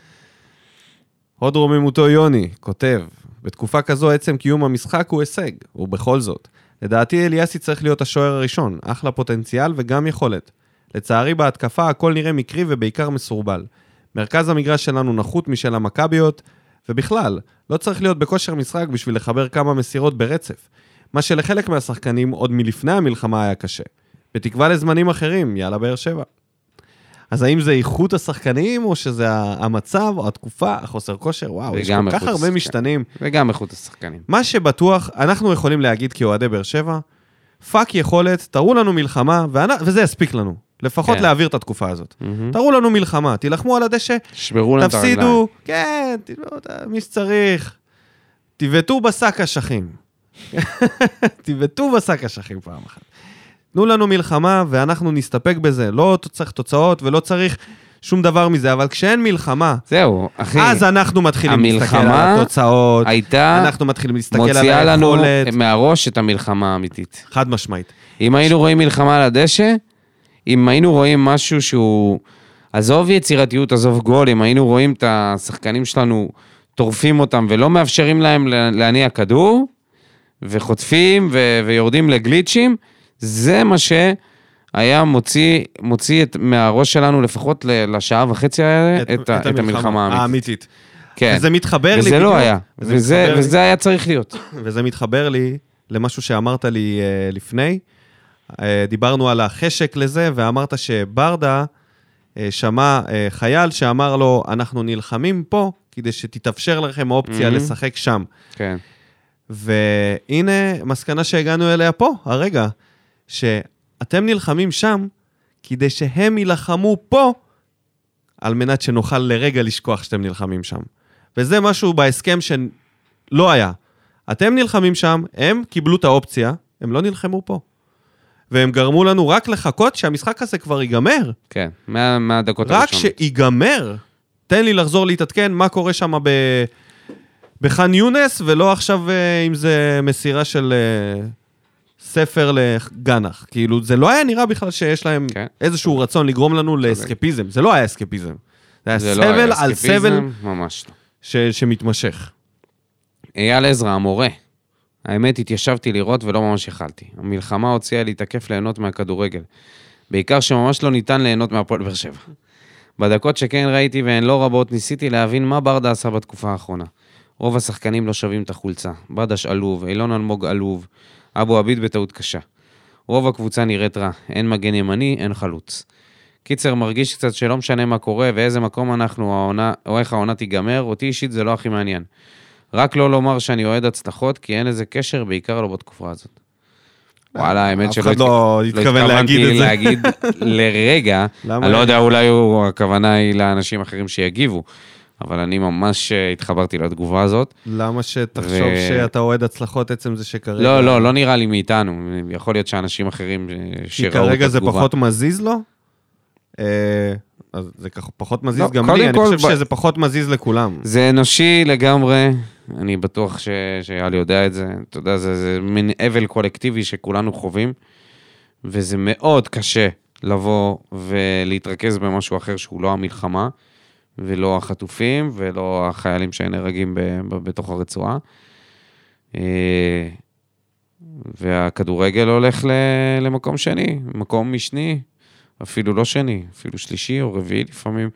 הוד רוממותו יוני, כותב, בתקופה כזו עצם קיום המשחק הוא הישג, ובכל זאת. לדעתי אליאסי צריך להיות השוער הראשון, אחלה פוטנציאל וגם יכולת. לצערי בהתקפה הכל נראה מקרי ובעיקר מסורבל. מרכז המגרש שלנו נחות משל המכביות, ובכלל, לא צריך להיות בכושר משחק בשביל לחבר כמה מסירות ברצף. מה שלחלק מהשחקנים עוד מלפני המלחמה היה קשה. בתקווה לזמנים אחרים, יאללה באר שבע. אז האם זה איכות השחקנים, או שזה המצב, או התקופה, החוסר כושר? וואו, יש כל כך הרבה משתנים. וגם איכות השחקנים. מה שבטוח, אנחנו יכולים להגיד כאוהדי באר שבע, פאק יכולת, תראו לנו מלחמה, וזה יספיק לנו. לפחות להעביר את התקופה הזאת. תראו לנו מלחמה, תילחמו על הדשא, תפסידו, כן, מי שצריך, תיבטו בשק אשכים. תיבטו בשק אשכים פעם אחת. תנו לנו מלחמה ואנחנו נסתפק בזה, לא צריך תוצאות ולא צריך שום דבר מזה, אבל כשאין מלחמה, זהו, אחי, אז אנחנו מתחילים להסתכל על התוצאות, אנחנו מתחילים להסתכל על היכולת. מוציאה לנו מהראש את המלחמה האמיתית. חד משמעית. אם היינו רואים מלחמה על הדשא, אם היינו רואים משהו שהוא, עזוב יצירתיות, עזוב גול, אם היינו רואים את השחקנים שלנו, טורפים אותם ולא מאפשרים להם להניע כדור, וחוטפים ויורדים לגליצ'ים, זה מה שהיה מוציא מהראש שלנו לפחות לשעה וחצי את המלחמה האמיתית. כן. וזה מתחבר לי. וזה לא היה. וזה היה צריך להיות. וזה מתחבר לי למשהו שאמרת לי לפני. דיברנו על החשק לזה, ואמרת שברדה שמע חייל שאמר לו, אנחנו נלחמים פה, כדי שתתאפשר לכם האופציה לשחק שם. כן. והנה מסקנה שהגענו אליה פה, הרגע. שאתם נלחמים שם, כדי שהם ילחמו פה, על מנת שנוכל לרגע לשכוח שאתם נלחמים שם. וזה משהו בהסכם שלא היה. אתם נלחמים שם, הם קיבלו את האופציה, הם לא נלחמו פה. והם גרמו לנו רק לחכות שהמשחק הזה כבר ייגמר. כן, מהדקות הראשונות. רק שיגמר. תן לי לחזור להתעדכן מה קורה שם בח'אן יונס, ולא עכשיו אם זה מסירה של ספר לגנח. כאילו, זה לא היה נראה בכלל שיש להם איזשהו רצון לגרום לנו לאסקפיזם. זה לא היה אסקפיזם. זה היה סבל על סבל ממש לא. שמתמשך. אייל עזרא, המורה. האמת, התיישבתי לראות ולא ממש יכלתי. המלחמה הוציאה לי תקף ליהנות מהכדורגל. בעיקר שממש לא ניתן ליהנות מהפועל באר שבע. בדקות שכן ראיתי והן לא רבות, ניסיתי להבין מה ברדה עשה בתקופה האחרונה. רוב השחקנים לא שווים את החולצה. בדש עלוב, אילון אלמוג עלוב, אבו עביד בטעות קשה. רוב הקבוצה נראית רע. אין מגן ימני, אין חלוץ. קיצר מרגיש קצת שלא משנה מה קורה ואיזה מקום אנחנו או איך העונה תיגמר, אותי אישית זה לא הכי מעניין. רק לא לומר שאני אוהד הצלחות, כי אין איזה קשר, בעיקר לא בתקופה הזאת. וואלה, האמת שלא התכוונתי להגיד לרגע, אני לא יודע, אולי הכוונה היא לאנשים אחרים שיגיבו, אבל אני ממש התחברתי לתגובה הזאת. למה שתחשוב שאתה אוהד הצלחות עצם זה שכרגע... לא נראה לי מאיתנו, יכול להיות שאנשים אחרים שראו את התגובה. כי כרגע זה פחות מזיז לו? אז זה פחות מזיז גם לי, אני חושב שזה פחות מזיז לכולם. זה אנושי לגמרי, אני בטוח שאייל יודע את זה, אתה יודע, זה מין אבל קולקטיבי שכולנו חווים, וזה מאוד קשה לבוא ולהתרכז במשהו אחר שהוא לא המלחמה, ולא החטופים, ולא החיילים שנהרגים בתוך הרצועה. והכדורגל הולך למקום שני, מקום משני, אפילו לא שני, אפילו שלישי או רביעי לפעמים.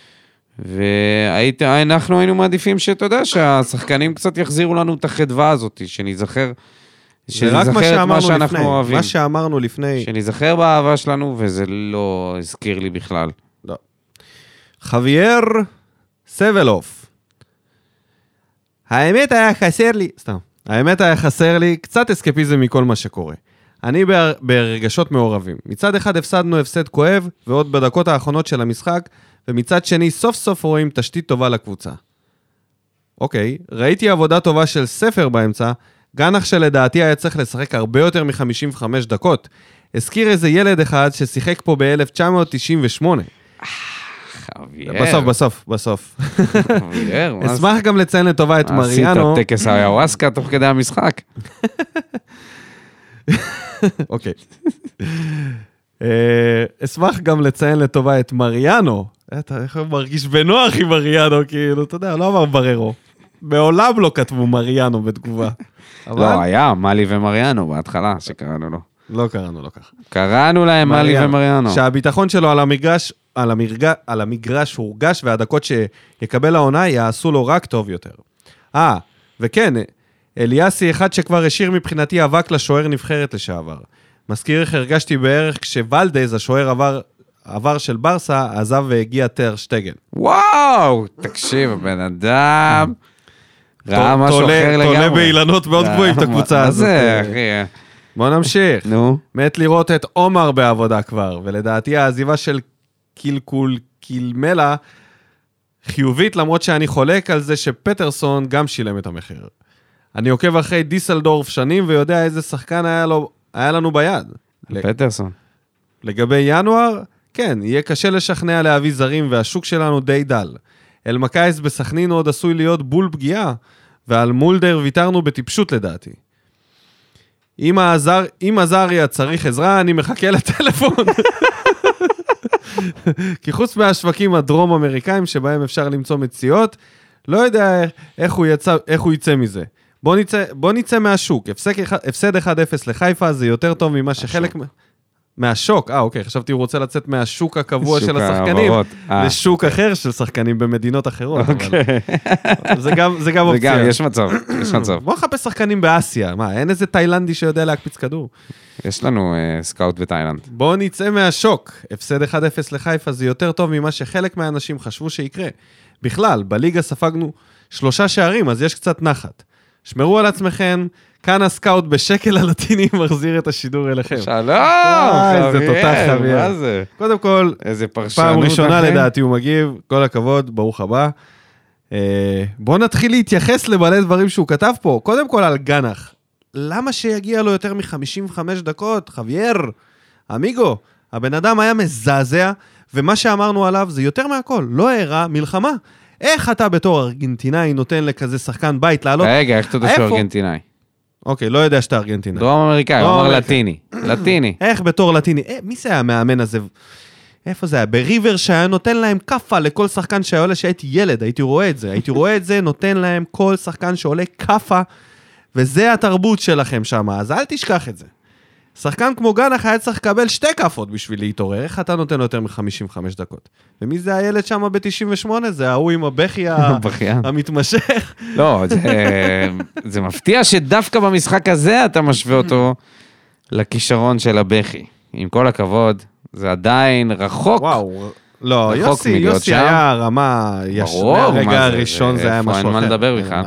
ואנחנו היינו מעדיפים שאתה יודע, שהשחקנים קצת יחזירו לנו את החדווה הזאת, שנזכר את מה שאנחנו אוהבים. מה שאמרנו לפני. שנזכר באהבה שלנו, וזה לא הזכיר לי בכלל. לא. חווייר סבלוף. האמת היה חסר לי קצת אסקפיזם מכל מה שקורה. אני ברגשות מעורבים. מצד אחד הפסדנו הפסד כואב, ועוד בדקות האחרונות של המשחק, ומצד שני סוף סוף רואים תשתית טובה לקבוצה. אוקיי, ראיתי עבודה טובה של ספר באמצע, גנח שלדעתי היה צריך לשחק הרבה יותר מ-55 דקות. הזכיר איזה ילד אחד ששיחק פה ב-1998. בסוף. אשמח גם לציין לטובה את מריאנו. עשית טקס היוואסקה תוך כדי המשחק. אוקיי. אשמח גם לציין לטובה את מריאנו. אתה איך מרגיש בנוח עם מריאנו, כאילו, אתה יודע, לא אמר בררו. מעולם לא כתבו מריאנו בתגובה. לא, היה מלי ומריאנו בהתחלה שקראנו לו. לא קראנו לו ככה. קראנו להם מלי ומריאנו. שהביטחון שלו על המגרש הורגש, והדקות שיקבל העונה יעשו לו רק טוב יותר. וכן, אליאסי אחד שכבר השאיר מבחינתי אבק לשוער נבחרת לשעבר. מזכיר איך הרגשתי בערך כשוולדז, השוער עבר של ברסה, עזב והגיע טר שטגן. וואו, תקשיב, הבן אדם ראה משהו אחר לגמרי. תולה באילנות מאוד גבוהים את הקבוצה הזאת. מה זה, אחי? בוא נמשיך. נו. מת לראות את עומר בעבודה כבר, ולדעתי העזיבה של קילמלה חיובית, למרות שאני חולק על זה שפטרסון גם שילם את המחיר. אני עוקב אחרי דיסלדורף שנים, ויודע איזה שחקן היה לנו ביד. פטרסון. לגבי ינואר, כן, יהיה קשה לשכנע להביא זרים, והשוק שלנו די דל. אלמקייס בסכנין עוד עשוי להיות בול פגיעה, ועל מולדר ויתרנו בטיפשות לדעתי. אם עזריה צריך עזרה, אני מחכה לטלפון. כי חוץ מהשווקים הדרום-אמריקאים, שבהם אפשר למצוא מציאות, לא יודע איך הוא יצא מזה. בוא נצא מהשוק. הפסד 1-0 לחיפה, זה יותר טוב ממה שחלק... מהשוק, אוקיי, חשבתי הוא רוצה לצאת מהשוק הקבוע של השחקנים, לשוק אחר של שחקנים במדינות אחרות. זה גם אופציה. וגם, יש מצב. בוא נחפש שחקנים באסיה, מה, אין איזה תאילנדי שיודע להקפיץ כדור? יש לנו סקאוט בתאילנד. בוא נצא מהשוק. הפסד 1-0 לחיפה, זה יותר טוב ממה שחלק מהאנשים חשבו שיקרה. בכלל, בליגה ספגנו 3 שערים, אז יש קצת נחת. שמרו על עצמכם, כאן הסקאוט בשקל הלטיני מחזיר את השידור אליכם. שלום, איזה תותח חביב. מה זה? קודם כל, פעם ראשונה לדעתי הוא מגיב, כל הכבוד, ברוך הבא. בואו נתחיל להתייחס למלא דברים שהוא כתב פה. קודם כל על גנח. למה שיגיע לו יותר מ-55 דקות? חווייר, אמיגו, הבן אדם היה מזעזע, ומה שאמרנו עליו זה יותר מהכל, לא הראה מלחמה. איך אתה בתור ארגנטינאי נותן לכזה שחקן בית לעלות? רגע, איך אתה יודע שהוא ארגנטינאי? אוקיי, לא יודע שאתה ארגנטינאי. דרום אמריקאי, הוא אמר לטיני. לטיני. איך בתור לטיני? מי זה המאמן הזה? איפה זה היה? בריבר שהיה נותן להם קפה לכל שחקן שהיה עולה, שהייתי ילד, הייתי רואה את זה, נותן להם כל שחקן שעולה קפה, וזה התרבות שלכם שם, אז אל תשכח את זה. שחקן כמו גנח היה צריך לקבל 2 קפות בשביל להתעורר, איך אתה נותן לו יותר מ-55 דקות? ומי זה הילד שם ב-98? זה ההוא עם הבכי המתמשך. לא, זה מפתיע שדווקא במשחק הזה אתה משווה אותו לכישרון של הבכי. עם כל הכבוד, זה עדיין רחוק. וואו, לא, יוסי היה רמה, מהרגע הראשון זה היה משהו אחר. אין מה לדבר בכלל.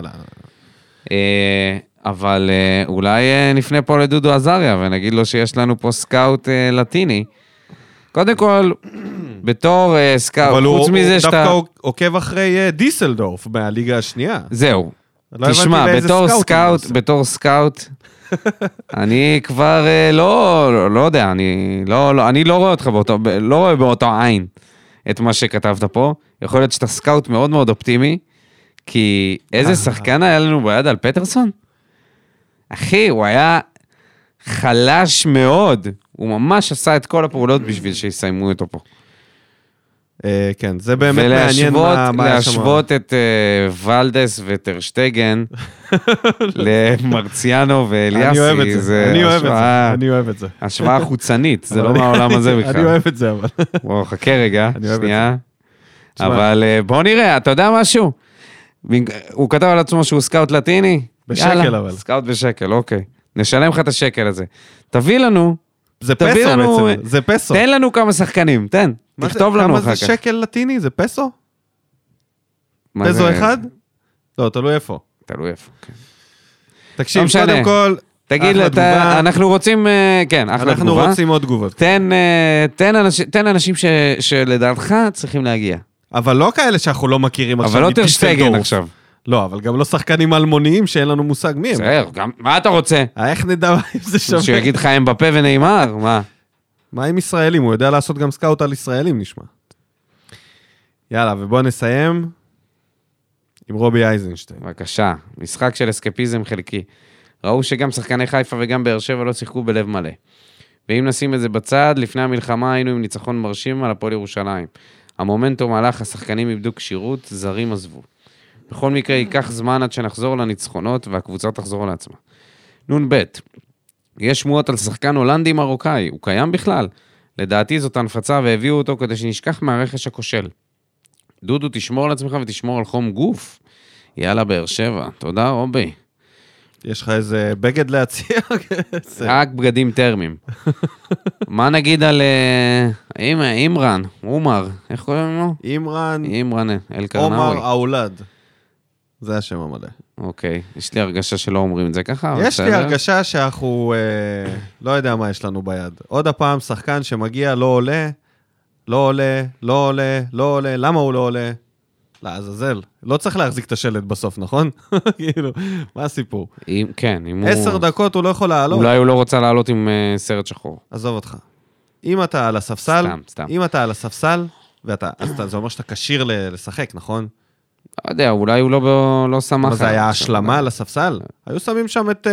אבל אולי נפנה פה לדודו עזריה, ונגיד לו שיש לנו פה סקאוט לטיני. קודם כל, בתור סקאוט, חוץ מזה שאתה... אבל הוא דווקא עוקב אחרי דיסלדורף מהליגה השנייה. זהו. תשמע, בתור סקאוט, אני כבר לא יודע, אני לא רואה אותך לא רואה באותו עין את מה שכתבת פה. יכול להיות שאתה סקאוט מאוד מאוד אופטימי, כי איזה שחקן היה לנו ביד על פטרסון? אחי, הוא היה חלש מאוד, הוא ממש עשה את כל הפעולות בשביל שיסיימו אותו פה. כן, זה באמת מעניין מה ולהשוות את ולדס וטרשטגן למרציאנו ואליאסי, אני אוהב את זה. השוואה חוצנית, זה לא מהעולם הזה בכלל. אני אוהב את זה, אבל... בוא, חכה רגע, שנייה. אבל בוא נראה, אתה יודע משהו? הוא כתב על עצמו שהוא סקאוט לטיני? בשקל אבל. סקאוט בשקל, אוקיי. נשלם לך את השקל הזה. תביא לנו. זה פסו בעצם, זה פסו. תן לנו כמה שחקנים, תן. תכתוב לנו אחר כך. כמה זה שקל לטיני? זה פסו? פסו אחד? לא, תלוי איפה. תלוי איפה, כן. תקשיב, קודם כל... תגיד, אנחנו רוצים, כן, אחלה תגובה. אנחנו רוצים עוד תגובות. תן אנשים שלדעתך צריכים להגיע. אבל לא כאלה שאנחנו לא מכירים עכשיו. אבל לא טרשטגן עכשיו. לא, אבל גם לא שחקנים אלמוניים שאין לנו מושג מי הם. בסדר, מה אתה רוצה? איך נדע אם זה שווה? שיגיד לך אמבפה ונאמר, מה? מה עם ישראלים? הוא יודע לעשות גם סקאוט על ישראלים, נשמע. יאללה, ובוא נסיים עם רובי אייזנשטיין. בבקשה, משחק של אסקפיזם חלקי. ראו שגם שחקני חיפה וגם באר שבע לא שיחקו בלב מלא. ואם נשים את זה בצד, לפני המלחמה היינו עם ניצחון מרשים על הפועל ירושלים. המומנטום הלך, השחקנים איבדו כשירות, זרים עזבו. בכל מקרה, ייקח זמן עד שנחזור לניצחונות, והקבוצה תחזור לעצמה. נון ב' יש שמועות על שחקן הולנדי מרוקאי, הוא קיים בכלל. לדעתי זאת הנפצה, והביאו אותו כדי שנשכח מהרכש הכושל. דודו, תשמור על עצמך ותשמור על חום גוף. יאללה, באר שבע. תודה, רובי. יש לך איזה בגד להציע? רק בגדים טרמיים. מה נגיד על אימרן, עומר, איך קוראים לו? אימרן אל-קרנאווי. עומר האולד. זה השם המלא. אוקיי, יש לי הרגשה שלא אומרים את זה ככה. יש לי הרגשה שאנחנו, לא יודע מה יש לנו ביד. עוד הפעם, שחקן שמגיע לא עולה, לא עולה, למה הוא לא עולה? לעזאזל. לא צריך להחזיק את השלט בסוף, נכון? כאילו, מה הסיפור? כן, אם הוא... 10 דקות הוא לא יכול לעלות. אולי הוא לא רוצה לעלות עם סרט שחור. עזוב אותך. אם אתה על הספסל, אז זה אומר שאתה קשיר לשחק, נכון? לא יודע, אולי הוא לא שמח. אבל זה היה השלמה לספסל? היו שמים שם את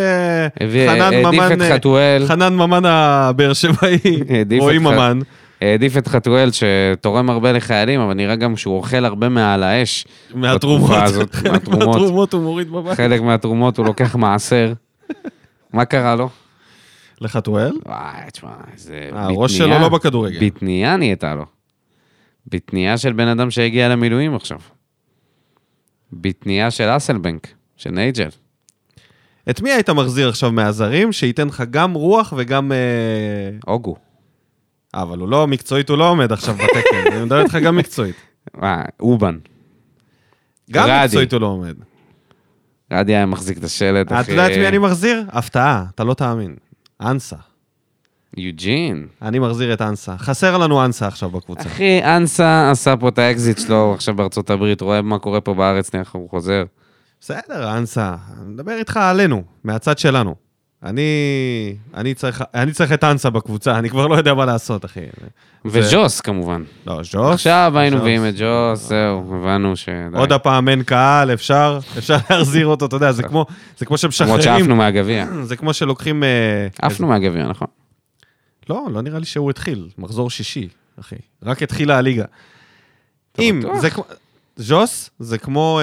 חנן ממן הבאר שבעי, רועי ממן. העדיף את חתואל שתורם הרבה לחיילים, אבל נראה גם שהוא אוכל הרבה מעל האש. מהתרומות הוא מוריד בבית. חלק מהתרומות הוא לוקח מעשר. מה קרה לו? לחתואל? וואי, תשמע, זה... הראש שלו לא בכדורגל. בתנייה נהייתה לו. בתנייה של בן אדם שהגיע למילואים עכשיו. בתנייה של אסלבנק, של נייג'ל. את מי היית מחזיר עכשיו מהזרים, שייתן לך גם רוח וגם... אוגו. אבל הוא לא, מקצועית הוא לא עומד עכשיו בתקן, אני מדבר איתך גם מקצועית. אובן. גם מקצועית הוא לא עומד. רדי היה מחזיק את השלט, אחי. אתה יודע את מי אני מחזיר? הפתעה, אתה לא תאמין. אנסה. יוג'ין. אני מחזיר את אנסה. חסר לנו אנסה עכשיו בקבוצה. אחי, אנסה עשה פה את האקזיט שלו עכשיו בארצות הברית, רואה מה קורה פה בארץ, נראה הוא חוזר. בסדר, אנסה. אני מדבר איתך עלינו, מהצד שלנו. אני צריך את אנסה בקבוצה, אני כבר לא יודע מה לעשות, אחי. וג'וס כמובן. לא, ג'וס. עכשיו היינו מביאים את ג'וס, זהו, הבנו ש... עוד הפעם אין קהל, אפשר להחזיר אותו, אתה יודע, זה כמו שמשחררים. למרות שעפנו מהגביע. זה כמו שלוקחים... עפנו מהגביע, נכון. לא נראה לי שהוא התחיל, מחזור שישי, אחי. רק התחילה הליגה. אם, זה כמו... ג'וס, זה כמו...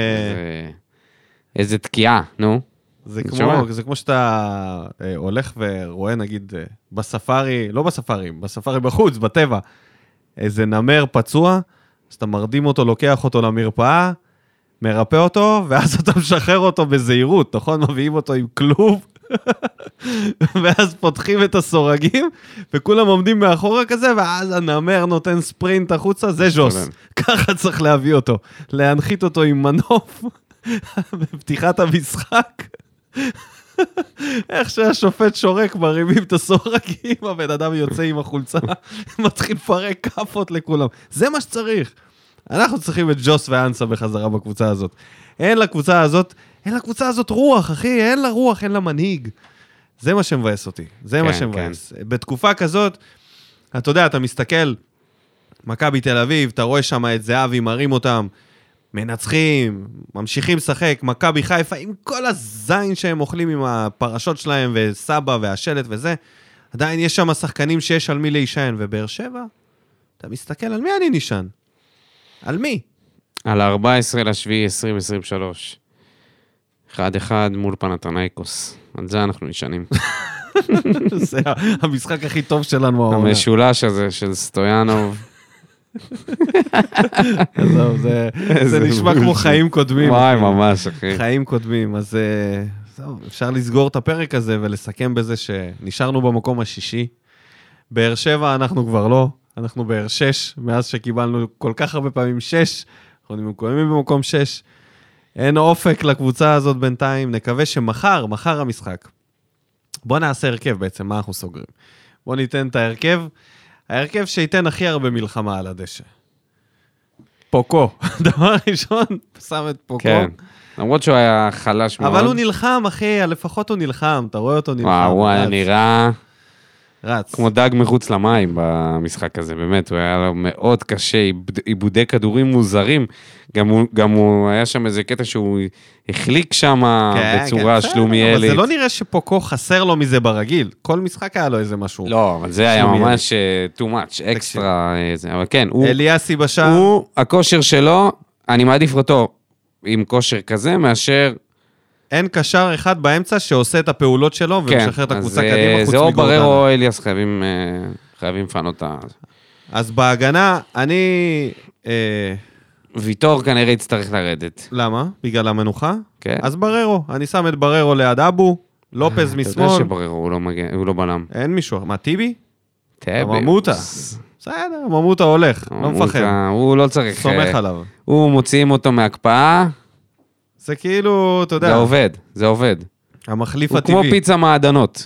איזה תקיעה, נו. זה כמו שאתה הולך ורואה, נגיד, בספארי, לא בספארי, בספארי בחוץ, בטבע, איזה נמר פצוע, אז אתה מרדים אותו, לוקח אותו למרפאה, מרפא אותו, ואז אתה משחרר אותו בזהירות, נכון? מביאים אותו עם כלוב, ואז פותחים את הסורגים, וכולם עומדים מאחורה כזה, ואז הנמר נותן ספרינט החוצה, זה ז'וס. ככה צריך להביא אותו, להנחית אותו עם מנוף, בפתיחת המשחק. איך שהשופט שורק, מרימים את הסורגים, הבן אדם יוצא עם החולצה, מתחיל לפרק כפות לכולם. זה מה שצריך. אנחנו צריכים את ג'וס ואנסה בחזרה בקבוצה הזאת. אין לקבוצה הזאת רוח, אחי, אין לה רוח, אין לה מנהיג. זה מה שמבאס אותי, זה מה שמבאס. בתקופה כזאת, אתה יודע, אתה מסתכל, מכבי תל אביב, אתה רואה שם את זהבי, מרים אותם, מנצחים, ממשיכים לשחק, מכבי חיפה, עם כל הזין שהם אוכלים עם הפרשות שלהם, וסבא והשלט וזה, עדיין יש שם שחקנים שיש על מי להישען, ובאר שבע, אתה מסתכל על מי אני נשען? על מי? על 14/7/2023. 1-1 מול פנתנייקוס. על זה אנחנו נשענים. זה המשחק הכי טוב שלנו העונה. המשולש הזה של סטויאנוב. זה נשמע כמו חיים קודמים. וואי, ממש, אחי. חיים קודמים, אז אפשר לסגור את הפרק הזה ולסכם בזה שנשארנו במקום השישי. באר שבע אנחנו כבר לא, אנחנו באר 6, מאז שקיבלנו כל כך הרבה פעמים 6, אנחנו נמקומים במקום 6. אין אופק לקבוצה הזאת בינתיים, נקווה שמחר המשחק. בוא נעשה הרכב בעצם, מה אנחנו סוגרים? בוא ניתן את ההרכב שייתן הכי הרבה מלחמה על הדשא. פוקו, דבר ראשון, שם את פוקו. כן, למרות שהוא היה חלש מאוד. אבל הוא נלחם, אחי, לפחות הוא נלחם, אתה רואה אותו נלחם. וואו, הוא היה נראה... רץ. כמו דג מחוץ למים במשחק הזה, באמת, הוא היה לו מאוד קשה, עיבודי כדורים מוזרים, גם הוא היה שם איזה קטע שהוא החליק שם בצורה שלומיאלית. אבל זה לא נראה שפוקו חסר לו מזה ברגיל, כל משחק היה לו איזה משהו. לא, אבל זה היה ממש too much, אקסטרה, אבל כן, אליאסי בשער. הכושר שלו, אני מעדיף אותו עם כושר כזה, מאשר... אין קשר אחד באמצע שעושה את הפעולות שלו ומשחרר את הקבוצה קדימה חוץ מגורדנה. זה או ברר או אליאס, חייבים לפנות את ה... אז בהגנה, אני... ויטור כנראה יצטרך לרדת. למה? בגלל המנוחה? כן. אז בררו, אני שם את בררו ליד אבו, לופז משמאל. אתה יודע שבררו הוא לא בלם. אין מישהו, מה, טיבי? טיבי. ממוטה. בסדר, ממוטה הולך, לא מפחד. הוא לא צריך... סומך עליו. הוא מוציאים אותו מהקפאה. זה כאילו, אתה יודע... זה עובד. המחליף הטבעי. הוא כמו פיצה מעדנות.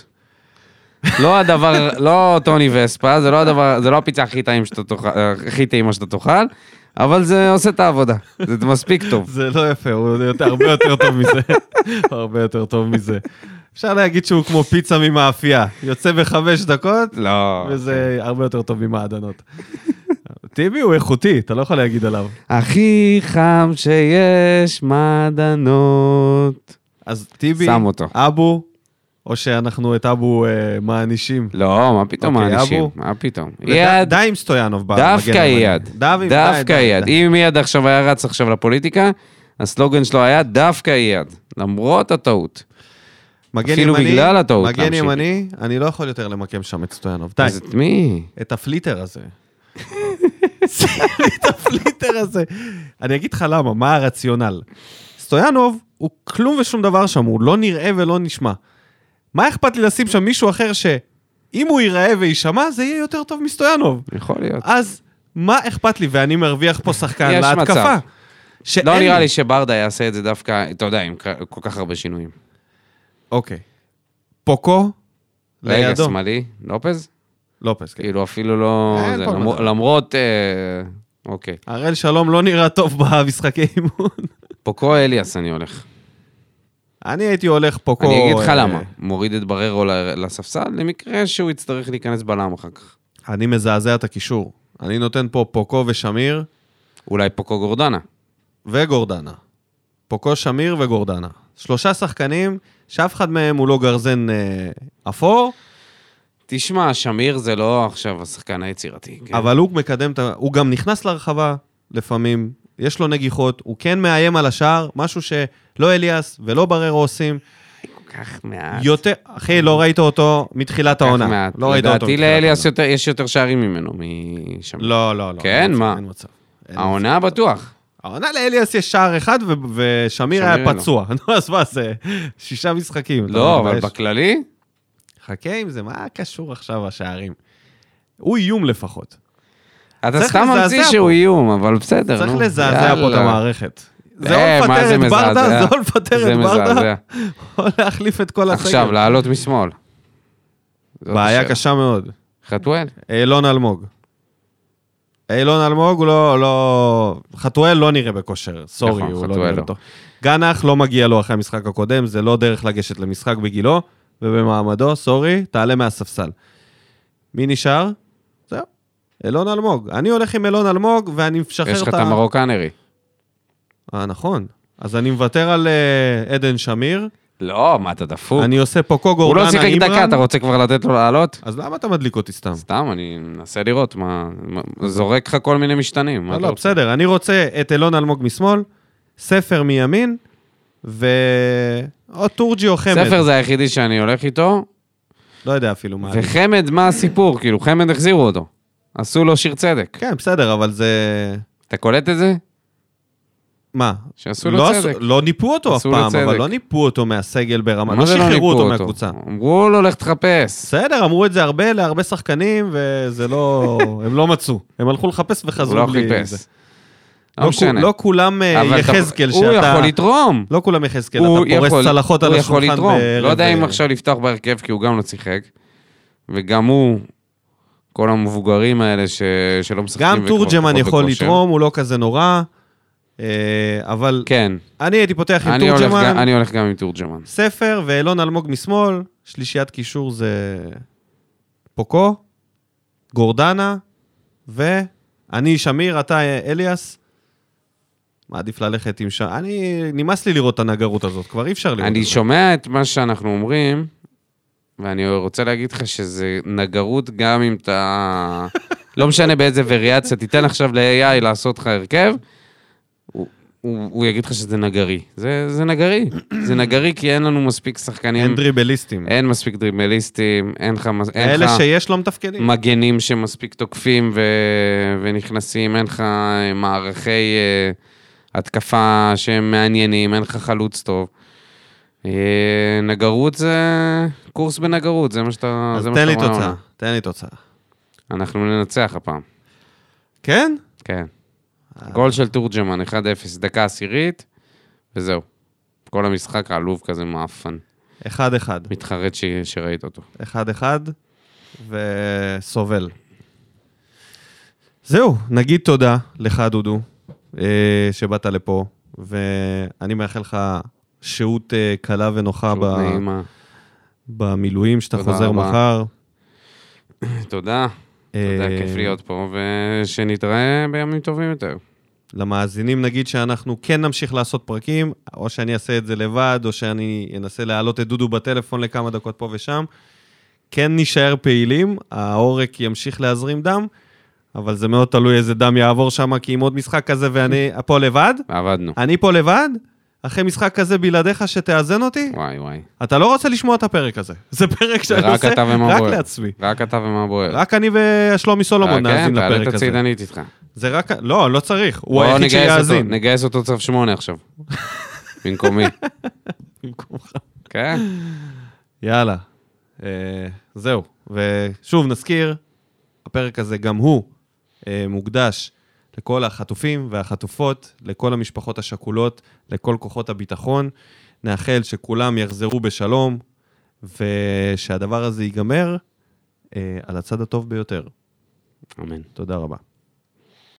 לא טוני וספה, זה לא הפיצה הכי טעימה שאתה תאכל, אבל זה עושה את העבודה. זה מספיק טוב. זה לא יפה, הוא הרבה יותר טוב מזה. הרבה יותר טוב מזה. אפשר להגיד שהוא כמו פיצה ממאפייה. יוצא ב5 דקות, וזה הרבה יותר טוב ממעדנות. טיבי הוא איכותי, אתה לא יכול להגיד עליו. הכי חם שיש מעדנות. אז טיבי, שם אותו. אבו, או שאנחנו את אבו מענישים? לא, מה פתאום מענישים? מה פתאום? די עם סטויאנוב. דווקא יד. דווקא יד. אם יד עכשיו היה רץ עכשיו לפוליטיקה, הסלוגן שלו היה דווקא יד. למרות הטעות. אפילו בגלל הטעות. מגן ימני, אני לא יכול יותר למקם שם את סטויאנוב. די. אז את מי? את הפליטר הזה. את הפליטר הזה. אני אגיד לך למה, מה הרציונל? סטויאנוב הוא כלום ושום דבר שם, הוא לא נראה ולא נשמע. מה אכפת לי לשים שם מישהו אחר שאם הוא ייראה וישמע, זה יהיה יותר טוב מסטויאנוב. יכול להיות. אז מה אכפת לי? ואני מרוויח פה שחקן להתקפה. לא נראה לי שברדה יעשה את זה דווקא, אתה יודע, עם כל כך הרבה שינויים. אוקיי. פוקו, רגע, שמאלי, לופז? לופז, כן. כאילו אפילו לא... למרות... אוקיי. הראל שלום לא נראה טוב במשחקי אימון. פוקו אליאס אני הולך. אני הייתי הולך פוקו... אני אגיד לך למה. מוריד את בררו לספסל, למקרה שהוא יצטרך להיכנס בלם אחר כך. אני מזעזע את הקישור. אני נותן פה פוקו ושמיר. אולי פוקו גורדנה. וגורדנה. פוקו, שמיר וגורדנה. 3 שחקנים, שאף אחד מהם הוא לא גרזן אפור. תשמע, שמיר זה לא עכשיו השחקן היצירתי. כן? אבל הוא מקדם, הוא גם נכנס לרחבה לפעמים, יש לו נגיחות, הוא כן מאיים על השער, משהו שלא אליאס ולא בררו עושים. כל כך מעט. יותר, אחי, לא ראית אותו מתחילת העונה. לא ראית אותו לדעתי לאליאס יש יותר שערים ממנו משמיר. לא. כן, מה? אין מצב. העונה בטוח. העונה לאליאס יש שער אחד, ושמיר היה פצוע. אז מה, זה 6 משחקים. לא, אבל בכללי? חכה עם זה, מה קשור עכשיו השערים? הוא איום לפחות. אתה סתם ממציא שהוא איום, אבל בסדר. צריך לזעזע פה את המערכת. זה או לפטר את ברדה, זה או לפטר את ברדה, או להחליף את כל הסגל. עכשיו, לעלות משמאל. בעיה קשה מאוד. חתואל? אילון אלמוג. אילון אלמוג לא... חתואל לא נראה בכושר, סורי, הוא לא נראה טוב. גנח לא מגיע לו אחרי המשחק הקודם, זה לא דרך לגשת למשחק בגילו, ובמעמדו, סורי, תעלה מהספסל. מי נשאר? זהו, אילון אלמוג. אני הולך עם אילון אלמוג, ואני משחרר את יש לך את המרוקנרי. נכון. אז אני מוותר על עדן שמיר. לא, מה אתה דפוק? אני עושה פוקו גורדנה. הוא לא שיחק דקה, אתה רוצה כבר לתת לו לעלות? אז למה אתה מדליק אותי סתם? סתם, אני מנסה לראות מה... זורק לך כל מיני משתנים. לא, בסדר. אני רוצה את אילון אלמוג משמאל, ספר מימין, או טורג'י או חמד. ספר זה היחידי שאני הולך איתו. לא יודע אפילו מה. וחמד, מה הסיפור? כאילו, חמד החזירו אותו. עשו לו שיר צדק. כן, בסדר, אבל זה... אתה קולט את זה? מה? שעשו לו צדק. לא ניפו אותו אף פעם, אבל לא ניפו אותו מהסגל ברמה. לא שחררו אותו מהקבוצה. אמרו לו, לך תחפש. בסדר, אמרו את זה להרבה שחקנים, וזה לא... הם לא מצאו. הם הלכו לחפש וחזרו בלי... הוא לא חיפש. לא משנה. לא כולם יחזקאל שאתה... הוא יכול לתרום. לא כולם יחזקאל, אתה פורס צלחות על השולחן. הוא יכול לתרום. לא יודע אם עכשיו לפתוח בהרכב, כי הוא גם לא שיחק. וגם הוא, כל המבוגרים האלה שלא משחקים... גם תורג'מן יכול לתרום, הוא לא כזה נורא. אבל... כן. אני הייתי פותח עם תורג'מן. אני הולך גם עם תורג'מן. ספר ואילון אלמוג משמאל. שלישיית קישור זה פוקו, גורדנה, ואני שמיר, אתה אליאס. מעדיף ללכת עם שם. נמאס לי לראות את הנגרות הזאת, כבר אי אפשר לראות את זה. אני שומע את מה שאנחנו אומרים, ואני רוצה להגיד לך שזה נגרות גם אם אתה... לא משנה באיזה וריאציה, תיתן עכשיו ל-AI לעשות לך הרכב, הוא יגיד לך שזה נגרי. זה נגרי. זה נגרי כי אין לנו מספיק שחקנים. אין דריבליסטים. אין מספיק דריבליסטים, אין לך... אלה שיש לא מתפקדים. מגנים שמספיק תוקפים ונכנסים, אין לך מערכי התקפה שהם מעניינים, אין לך חלוץ טוב. נגרות זה... קורס בנגרות, זה מה שאתה... אז תן לי תוצאה. אנחנו ננצח הפעם. כן? כן. גול של תורג'מן, 1-0, דקה עשירית, וזהו. כל המשחק העלוב כזה מאפן. 1-1. מתחרט שראית אותו. 1-1, וסובל. זהו, נגיד תודה לך, דודו, שבאת לפה, ואני מאחל לך שהות קלה ונוחה במילואים, שאתה חוזר מחר. תודה. תודה, כיף להיות פה, ושנתראה בימים טובים יותר. למאזינים נגיד שאנחנו כן נמשיך לעשות פרקים, או שאני אעשה את זה לבד, או שאני אנסה להעלות את דודו בטלפון לכמה דקות פה ושם. כן נשאר פעילים, העורק ימשיך להזרים דם, אבל זה מאוד תלוי איזה דם יעבור שם, כי עם עוד משחק כזה ואני פה לבד. עבדנו. אני פה לבד, אחרי משחק כזה בלעדיך שתאזן אותי. וואי. אתה לא רוצה לשמוע את הפרק הזה. זה פרק שאני עושה רק לעצמי. רק אתה ומה בוער. רק אני ושלומי סולומון נאזין לפרק הזה. כן, תעלה את הצידנית איתך. זה רק... לא צריך. הוא היחיד שיאזין. נגייס אותו צו 8 עכשיו. במקומי. במקומך. כן. יאללה. זהו. ושוב נזכיר, הפרק הזה גם הוא מוקדש לכל החטופים והחטופות, לכל המשפחות השכולות, לכל כוחות הביטחון. נאחל שכולם יחזרו בשלום, ושהדבר הזה ייגמר על הצד הטוב ביותר. אמן. תודה רבה.